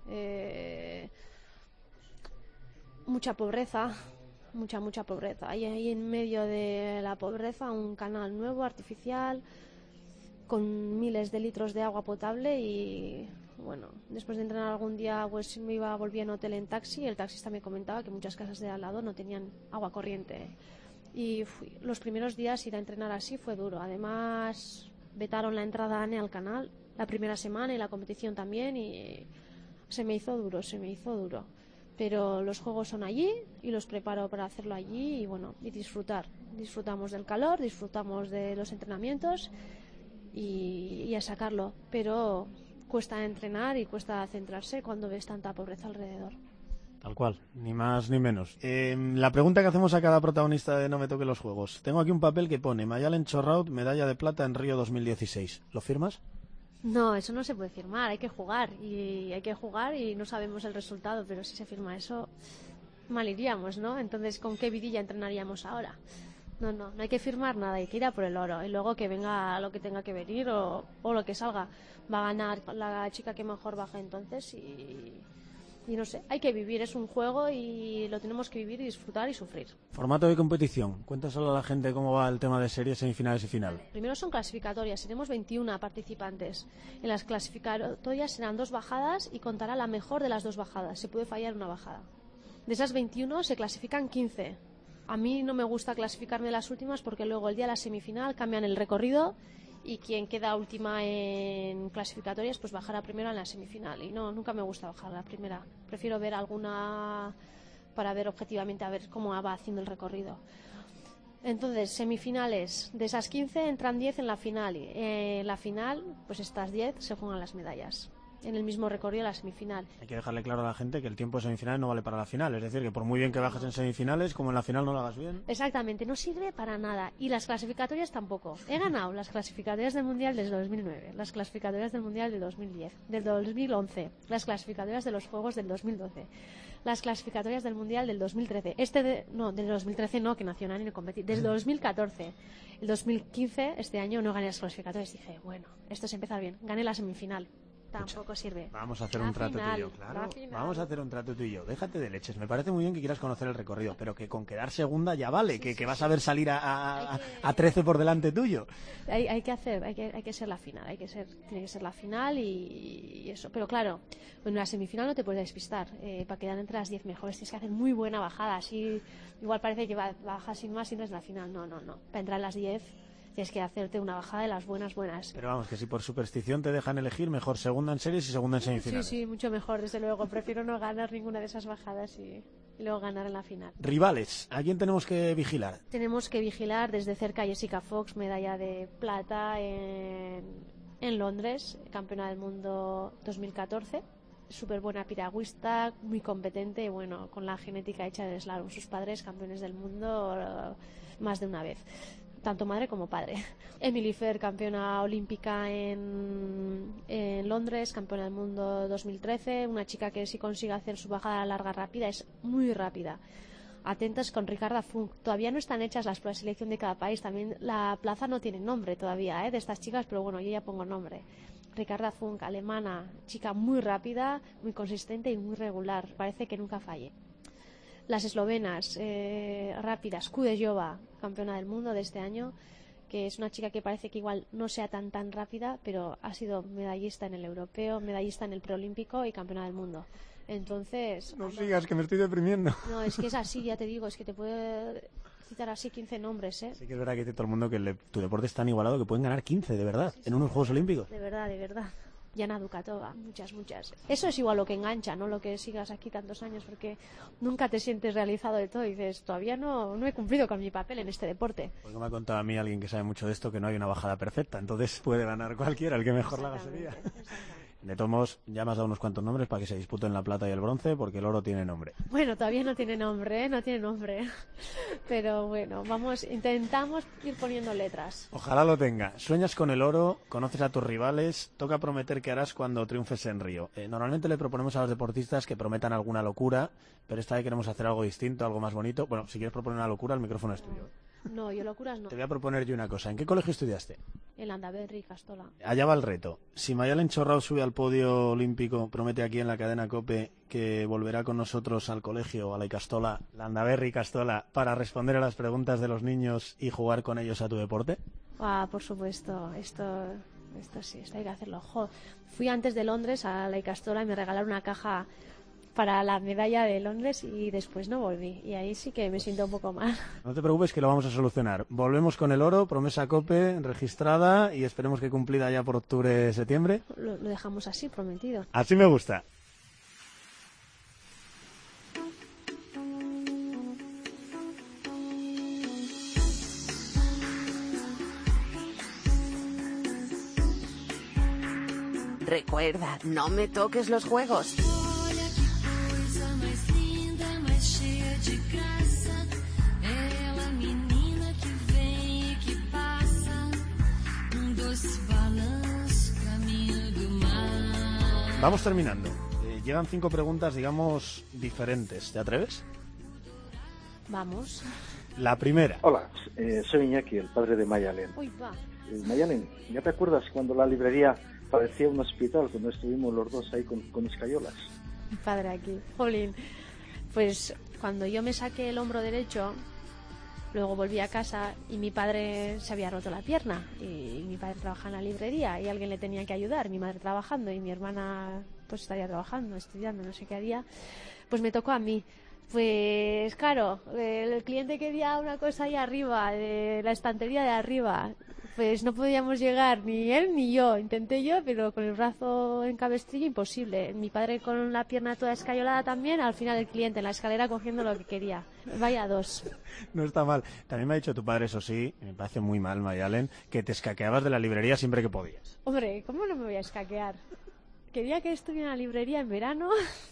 Mucha pobreza, mucha pobreza. Ahí en medio de la pobreza un canal nuevo, artificial, con miles de litros de agua potable y bueno, después de entrenar algún día pues me iba volviendo a hotel en taxi y el taxista me comentaba que muchas casas de al lado no tenían agua corriente y los primeros días ir a entrenar así fue duro. Además vetaron la entrada a ANE al canal la primera semana y la competición también y se me hizo duro, pero los juegos son allí y los preparo para hacerlo allí y bueno, y disfrutamos del calor, disfrutamos de los entrenamientos y a sacarlo, pero cuesta entrenar y cuesta centrarse cuando ves tanta pobreza alrededor. Tal cual, ni más ni menos. La pregunta que hacemos a cada protagonista de No me toque los juegos. Tengo aquí un papel que pone Mayalen Chorraut, medalla de plata en Río 2016. ¿Lo firmas? No, eso no se puede firmar, hay que jugar y no sabemos el resultado, pero si se firma eso, mal iríamos, ¿no? Entonces, ¿con qué vidilla entrenaríamos ahora? No hay que firmar nada, hay que ir a por el oro y luego que venga lo que tenga que venir o lo que salga. Va a ganar la chica que mejor baje entonces y no sé, hay que vivir, es un juego y lo tenemos que vivir y disfrutar y sufrir. Formato de competición, cuéntaselo a la gente cómo va el tema de series, semifinales y final. Primero son clasificatorias, tenemos 21 participantes. En las clasificatorias serán 2 bajadas y contará la mejor de las 2 bajadas, se puede fallar una bajada. De esas 21 se clasifican 15. A mí no me gusta clasificarme de las últimas porque luego el día de la semifinal cambian el recorrido y quien queda última en clasificatorias pues bajará primero en la semifinal y no, nunca me gusta bajar la primera, prefiero ver alguna para ver objetivamente a ver cómo va haciendo el recorrido. Entonces, semifinales, de esas 15 entran 10 en la final y en la final pues estas 10 se juegan las medallas en el mismo recorrido de la semifinal. Hay que dejarle claro a la gente que el tiempo de semifinales no vale para la final, es decir, que por muy bien que bajes en semifinales, como en la final no lo hagas bien. Exactamente, no sirve para nada. Y las clasificatorias tampoco. He ganado las clasificatorias del Mundial desde 2009, las clasificatorias del Mundial del 2010, del 2011, las clasificatorias de los Juegos del 2012, las clasificatorias del Mundial del 2013. Del 2013 no, que nacional y no competí. Desde 2014. El 2015, este año, no gané las clasificatorias. Dije, bueno, esto es empezar bien. Gané la semifinal. Tampoco sirve. Vamos a hacer un trato tú y yo, claro. Vamos a hacer un trato tú y yo. Déjate de leches. Me parece muy bien que quieras conocer el recorrido, pero que con quedar segunda ya vale, que vas a ver salir a 13 por delante tuyo. Hay que ser la final, tiene que ser la final y eso. Pero claro, en la semifinal no te puedes despistar. Para quedar entre las 10 mejores tienes que hacer muy buena bajada. Así igual parece que bajas sin más y no es la final. No. Para entrar en las 10 tienes que hacerte una bajada de las buenas. Pero vamos, que si por superstición te dejan elegir, mejor segunda en series y segunda en semifinales. Sí, mucho mejor, desde luego. Prefiero no ganar ninguna de esas bajadas y luego ganar en la final. Rivales, ¿a quién tenemos que vigilar? Tenemos que vigilar desde cerca a Jessica Fox, medalla de plata en Londres, campeona del mundo 2014. Súper buena piragüista, muy competente y bueno, con la genética hecha de slalom. Sus padres, campeones del mundo más de una vez. Tanto madre como padre. Emily Fair, campeona olímpica en Londres, campeona del mundo 2013, una chica que si consigue hacer su bajada larga rápida es muy rápida. Atentas con Ricarda Funk. Todavía no están hechas las pruebas de selección de cada país, también la plaza no tiene nombre todavía de estas chicas, pero bueno, yo ya pongo nombre. Ricarda Funk, alemana, chica muy rápida, muy consistente y muy regular, parece que nunca falle. Las eslovenas rápidas, Kudejova, campeona del mundo de este año, que es una chica que parece que igual no sea tan rápida, pero ha sido medallista en el europeo, medallista en el preolímpico y campeona del mundo. Entonces... No sigas, que me estoy deprimiendo. No, es que es así, ya te digo, es que te puede citar así 15 nombres, ¿eh? Sí que es verdad que dice todo el mundo que tu deporte es tan igualado que pueden ganar 15, de verdad, en unos Juegos Olímpicos. De verdad. Yana Dukatova, muchas. Eso es igual lo que engancha, no lo que sigas aquí tantos años, porque nunca te sientes realizado de todo y dices, todavía no he cumplido con mi papel en este deporte. Porque me ha contado a mí alguien que sabe mucho de esto que no hay una bajada perfecta, entonces puede ganar cualquiera, el que mejor la haga sería. De todos modos, ya me has dado unos cuantos nombres para que se disputen la plata y el bronce, porque el oro tiene nombre. Bueno, todavía no tiene nombre, no tiene nombre. Pero bueno, intentamos ir poniendo letras. Ojalá lo tenga. Sueñas con el oro, conoces a tus rivales, toca prometer qué harás cuando triunfes en Río. Normalmente le proponemos a los deportistas que prometan alguna locura, pero esta vez queremos hacer algo distinto, algo más bonito. Bueno, si quieres proponer una locura, el micrófono es tuyo. No, yo locuras no. Te voy a proponer yo una cosa. ¿En qué colegio estudiaste? En Landaberri, Castola. Allá va el reto. Si Mayalen Chorrao sube al podio olímpico, promete aquí en la cadena COPE que volverá con nosotros al colegio, a la Icastola, Landaberri, Castola, para responder a las preguntas de los niños y jugar con ellos a tu deporte. Por supuesto. Esto sí, esto hay que hacerlo. Fui antes de Londres a la Icastola y me regalaron una caja para la medalla de Londres y después no volví. Y ahí sí que me siento un poco mal. No te preocupes que lo vamos a solucionar. Volvemos con el oro, promesa COPE, registrada y esperemos que cumplida ya por octubre-septiembre. Lo dejamos así, prometido. Así me gusta. Recuerda, no me toques los juegos. Vamos terminando. Llegan 5 preguntas, digamos, diferentes. ¿Te atreves? Vamos. La primera. Hola, soy Iñaki, el padre de Mayalen. Uy, va. Mayalen, ¿ya te acuerdas cuando la librería parecía un hospital, cuando estuvimos los dos ahí con escayolas? Mi padre aquí. Jolín. Pues cuando yo me saqué el hombro derecho, luego volví a casa y mi padre se había roto la pierna. Y mi padre trabajaba en la librería y alguien le tenía que ayudar. Mi madre trabajando y mi hermana pues estaría trabajando, estudiando, no sé qué haría. Pues me tocó a mí. Pues claro, el cliente quería una cosa ahí arriba, de la estantería de arriba. Pues no podíamos llegar, ni él ni yo. Intenté yo, pero con el brazo en cabestrillo imposible. Mi padre con la pierna toda escayolada también, al final el cliente en la escalera cogiendo lo que quería. Vaya dos. No está mal. También me ha dicho tu padre, eso sí, me parece muy mal, Mayalen, que te escaqueabas de la librería siempre que podías. Hombre, ¿cómo no me voy a escaquear? Quería que estuviera en la librería en verano.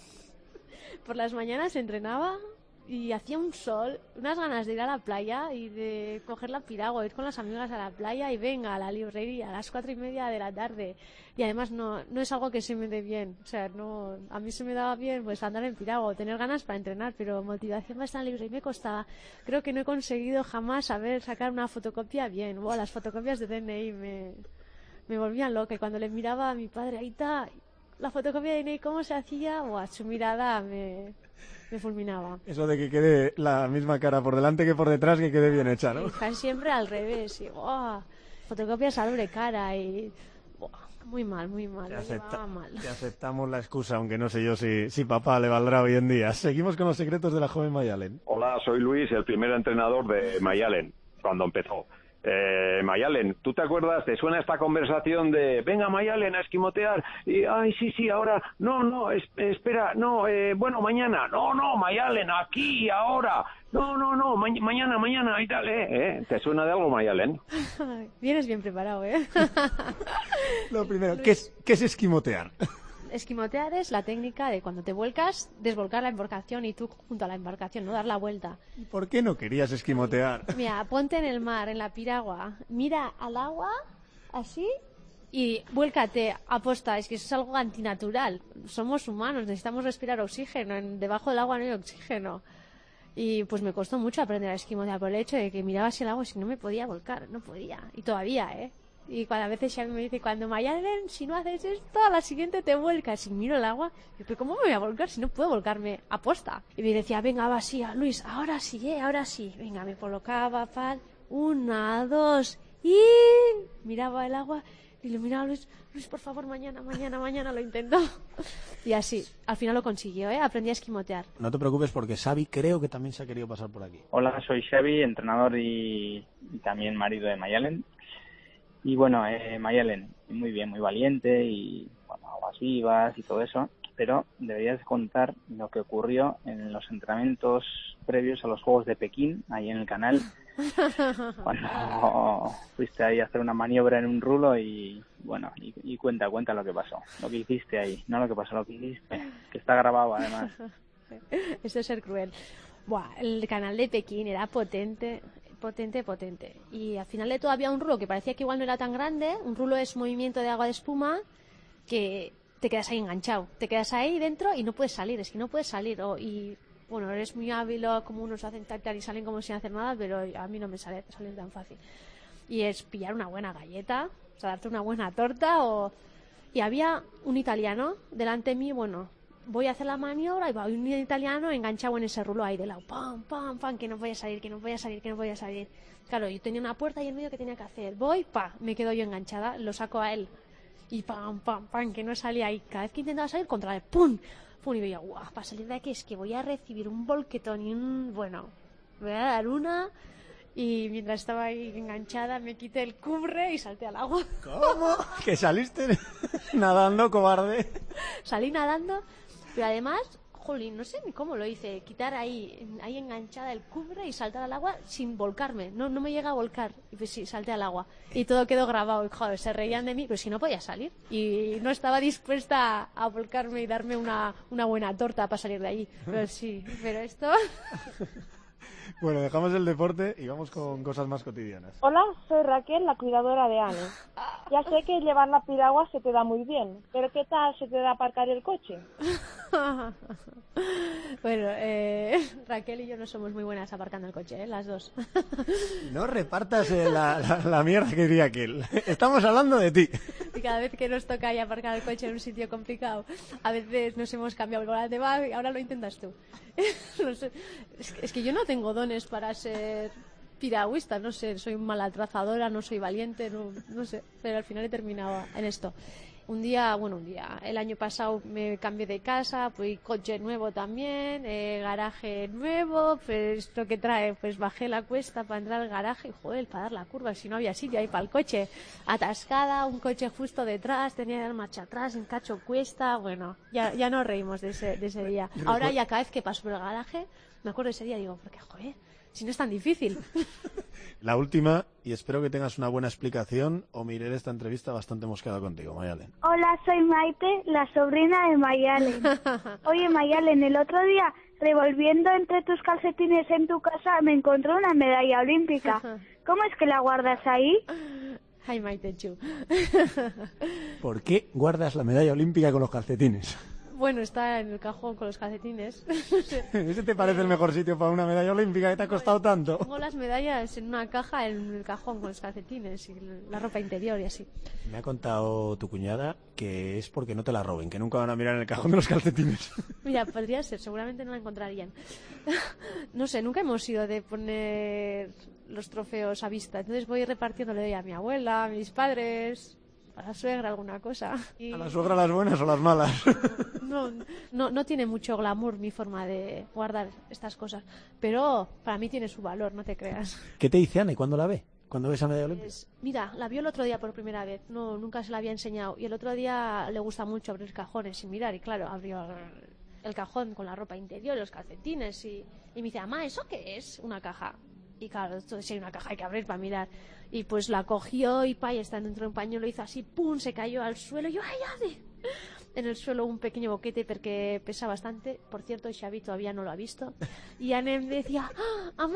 Por las mañanas entrenaba y hacía un sol, unas ganas de ir a la playa y de coger la piragua, ir con las amigas a la playa y venga a la librería a las 4:30 de la tarde. Y además no es algo que se me dé bien, o sea, no, a mí se me daba bien pues andar en piragua, tener ganas para entrenar, pero motivación para estar en la librería me costaba. Creo que no he conseguido jamás sacar una fotocopia bien. Las fotocopias de DNI me volvían loca y cuando le miraba a mi padre, ahí está, la fotocopia de DNI, ¿cómo se hacía? Su mirada me fulminaba. Eso de que quede la misma cara por delante que por detrás, que quede bien hecha, ¿no? Siempre al revés. Y, fotocopias a doble cara y... muy mal. Te aceptamos la excusa, aunque no sé yo si papá le valdrá hoy en día. Seguimos con los secretos de la joven Mayalen. Hola, soy Luis, el primer entrenador de Mayalen, cuando empezó. Mayalen, ¿tú te acuerdas? ¿Te suena esta conversación de venga Mayalen a esquimotear? Y ay, sí, ahora, no, espera, no, bueno, mañana, no, Mayalen, aquí, ahora, no, mañana y tal, ¿te suena de algo, Mayalen? Vienes bien preparado, Lo primero, ¿qué es esquimotear? Esquimotear es la técnica de cuando te vuelcas, desvolcar la embarcación y tú junto a la embarcación, no dar la vuelta. ¿Y por qué no querías esquimotear? Mira, ponte en el mar, en la piragua, mira al agua, así, y vuélcate, aposta, es que eso es algo antinatural. Somos humanos, necesitamos respirar oxígeno, debajo del agua no hay oxígeno. Y pues me costó mucho aprender a esquimotear por el hecho de que miraba hacia el agua y no me podía volcar, no podía. Y todavía, Y a veces Xavi me dice, cuando Mayalen, si no haces esto, a la siguiente te vuelcas. Y miro el agua, y pero ¿cómo me voy a volcar si no puedo volcarme aposta? Y me decía, venga, va, sí, Luis, ahora sí. Venga, me colocaba, 1, 2, y miraba el agua, y le miraba a Luis, por favor, mañana lo intento. Y así, al final lo consiguió, aprendí a esquimotear. No te preocupes porque Xavi creo que también se ha querido pasar por aquí. Hola, soy Xavi, entrenador y también marido de Mayalen. Y bueno, Mayalen, muy bien, muy valiente y bueno, aguas vivas y todo eso. pero deberías contar lo que ocurrió en los entrenamientos previos a los Juegos de Pekín, ahí en el canal, cuando fuiste ahí a hacer una maniobra en un rulo y bueno, y cuenta lo que pasó, lo que hiciste ahí, no lo que pasó, lo que hiciste, que está grabado además. Esto es ser cruel. Buah, el canal de Pekín era potente. Y al final de todo había un rulo que parecía que igual no era tan grande. Un rulo es movimiento de agua de espuma que te quedas ahí enganchado. Te quedas ahí dentro y no puedes salir. Es que no puedes salir. Y bueno, eres muy hábil, como unos hacen tal y salen como sin hacer nada, pero a mí no me sale tan fácil. Y es pillar una buena galleta, o sea, darte una buena torta. Y había un italiano delante de mí, bueno, voy a hacer la maniobra y va un italiano enganchado en ese rulo ahí de lado, pam, pam, pam, que no voy a salir. Claro, yo tenía una puerta ahí en medio que tenía que hacer. Voy, me quedo yo enganchada, lo saco a él. Y pam, pam, pam, que no salía ahí. Cada vez que intentaba salir, contra él, pum, pum, y veía, guau, para salir de aquí es que voy a recibir un volquetón y bueno, me voy a dar una. Y mientras estaba ahí enganchada, me quité el cubre y salté al agua. ¿Cómo? ¿Que saliste nadando, cobarde? Salí nadando, pero además, jolín, no sé ni cómo lo hice, quitar ahí enganchada el cubre y saltar al agua sin volcarme. No me llega a volcar. Y pues sí, salté al agua. Y todo quedó grabado. Y, joder, se reían de mí, pero si no podía salir. Y no estaba dispuesta a volcarme y darme una buena torta para salir de allí. Pero sí, pero esto... Bueno, dejamos el deporte y vamos con cosas más cotidianas. Hola, soy Raquel, la cuidadora de Anne. Ya sé que llevar la piragua se te da muy bien, pero ¿qué tal se te da aparcar el coche? Bueno, Raquel y yo no somos muy buenas aparcando el coche, las dos. No repartas la mierda que diría aquel. Estamos hablando de ti. Y cada vez que nos toca ir aparcar el coche en un sitio complicado, a veces nos hemos cambiado el volante, va, y ahora lo intentas tú. No sé, es que yo no tengo dones para ser piragüista, no sé, soy mala trazadora, no soy valiente, no sé, pero al final he terminado en esto. Un día, el año pasado me cambié de casa, pues coche nuevo también, garaje nuevo, pues esto que trae, pues bajé la cuesta para entrar al garaje y joder, para dar la curva, si no había sitio ahí para el coche, atascada, un coche justo detrás, tenía que dar marcha atrás, en cacho cuesta, bueno, ya nos reímos de ese día. Ahora ya cada vez que paso por el garaje, me acuerdo de ese día y digo, porque joder, si no es tan difícil. La última, y espero que tengas una buena explicación, o miré esta entrevista bastante mosqueada contigo, Mayalen. Hola, soy Maite, la sobrina de Mayalen. Oye, Mayalen, el otro día, revolviendo entre tus calcetines en tu casa, me encontré una medalla olímpica. ¿Cómo es que la guardas ahí? Ay, Maite Chu. ¿Por qué guardas la medalla olímpica con los calcetines? Bueno, está en el cajón con los calcetines. ¿Ese te parece el mejor sitio para una medalla olímpica que te ha costado tanto? Pongo las medallas en una caja en el cajón con los calcetines y la ropa interior y así. Me ha contado tu cuñada que es porque no te la roben, que nunca van a mirar en el cajón de los calcetines. Mira, podría ser, seguramente no la encontrarían. No sé, nunca hemos ido de poner los trofeos a vista. Entonces voy repartiendo, le doy a mi abuela, a mis padres... a la suegra alguna cosa. ¿A la suegra las buenas o las malas? No tiene mucho glamour mi forma de guardar estas cosas, pero para mí tiene su valor, no te creas. ¿Qué te dice Ana y cuándo la ve? ¿Cuándo ves a medalla olímpica? Mira, la vio el otro día por primera vez, nunca se la había enseñado, y el otro día le gusta mucho abrir cajones sin mirar, y claro, abrió el cajón con la ropa interior, los calcetines, y me dice, mamá, ¿eso qué es? Una caja. Y claro, si hay una caja hay que abrir para mirar. Y pues la cogió y estando dentro de un pañuelo, hizo así, ¡pum!, se cayó al suelo. Y yo, ¡ay, ade! En el suelo un pequeño boquete porque pesa bastante. Por cierto, Xavi todavía no lo ha visto. Y Anne me decía, ¡ah, amá!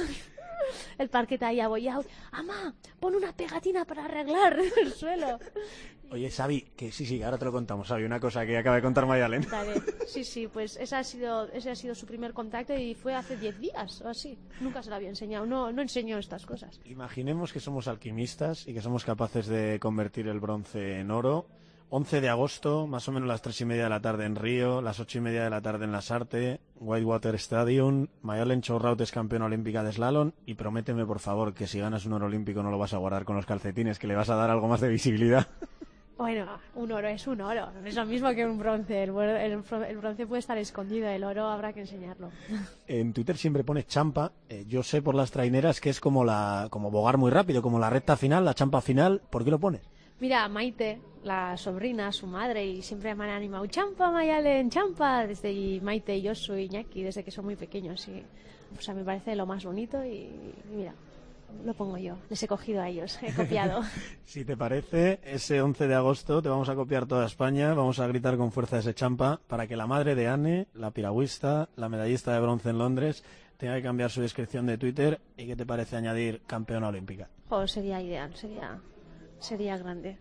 El parquet ahí abollado. ¡Amá, pon una pegatina para arreglar el suelo! Oye, Xavi, que sí, ahora te lo contamos, Xavi, una cosa que acaba de contar Mayalen. Vale, sí, pues ese ha sido su primer contacto y fue hace 10 días o así. Nunca se lo había enseñado, no enseñó estas cosas. Imaginemos que somos alquimistas y que somos capaces de convertir el bronce en oro. 11 de agosto, más o menos las 3:30 de la tarde en Río, las 8:30 de la tarde en Lasarte, Whitewater Stadium. Mayalen Chourraut es campeona olímpica de slalom y prométeme, por favor, que si ganas un oro olímpico no lo vas a guardar con los calcetines, que le vas a dar algo más de visibilidad. Bueno, un oro es un oro, no es lo mismo que un bronce. El bronce puede estar escondido, el oro habrá que enseñarlo. En Twitter siempre pones champa. Yo sé por las traineras que es como bogar muy rápido, como la recta final, la champa final. ¿Por qué lo pones? Mira, Maite, la sobrina, su madre, y siempre me han animado, champa, Mayalen, champa, desde Maite, Josu y Iñaki, desde que son muy pequeños, y, o sea, me parece lo más bonito y mira, lo pongo yo, les he cogido a ellos, he copiado. Si te parece, ese 11 de agosto te vamos a copiar toda España, vamos a gritar con fuerza ese champa para que la madre de Anne, la piragüista, la medallista de bronce en Londres, tenga que cambiar su descripción de Twitter. ¿Y qué te parece añadir campeona olímpica? Oh, sería ideal, sería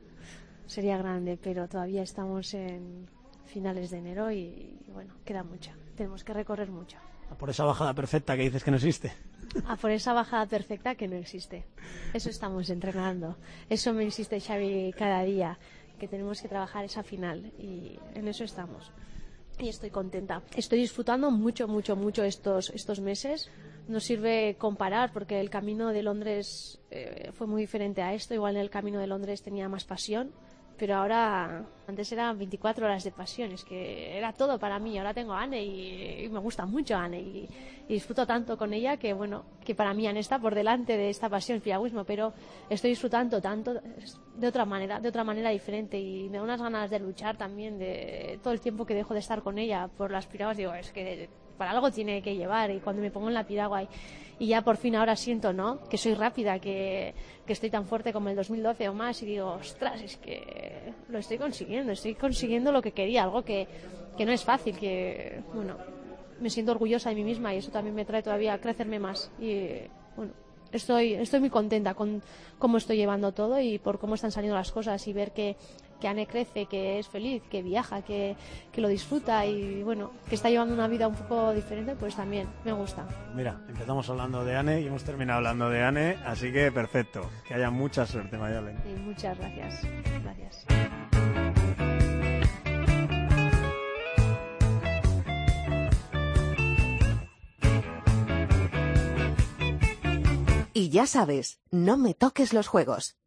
grande, pero todavía estamos en finales de enero y bueno, queda mucho, tenemos que recorrer mucho. Por esa bajada perfecta que dices que no existe. Por esa bajada perfecta que no existe. Eso estamos entrenando. Eso me insiste Xavi cada día, que tenemos que trabajar esa final y en eso estamos. Y estoy contenta. Estoy disfrutando mucho estos meses. No sirve comparar porque el camino de Londres fue muy diferente a esto. Igual en el camino de Londres tenía más pasión, pero ahora, antes eran 24 horas de pasión, es que era todo para mí. Ahora tengo a Anne y me gusta mucho Anne y disfruto tanto con ella que bueno, que para mí Anne está por delante de esta pasión piragüismo, pero estoy disfrutando tanto de otra manera diferente y me da unas ganas de luchar también, de todo el tiempo que dejo de estar con ella por las piraguas. Digo, es que para algo tiene que llevar, y cuando me pongo en la piragua y ya por fin ahora siento, ¿no?, que soy rápida, que estoy tan fuerte como el 2012 o más, y digo, ostras, es que lo estoy consiguiendo lo que quería, algo que no es fácil, que bueno, me siento orgullosa de mí misma y eso también me trae todavía a crecerme más y bueno, estoy muy contenta con cómo estoy llevando todo y por cómo están saliendo las cosas, y ver que Anne crece, que es feliz, que viaja, que lo disfruta y bueno, que está llevando una vida un poco diferente, pues también me gusta. Mira, empezamos hablando de Anne y hemos terminado hablando de Anne, así que perfecto. Que haya mucha suerte, Mayalen. Sí, muchas gracias. Gracias. Y ya sabes, no me toques los juegos.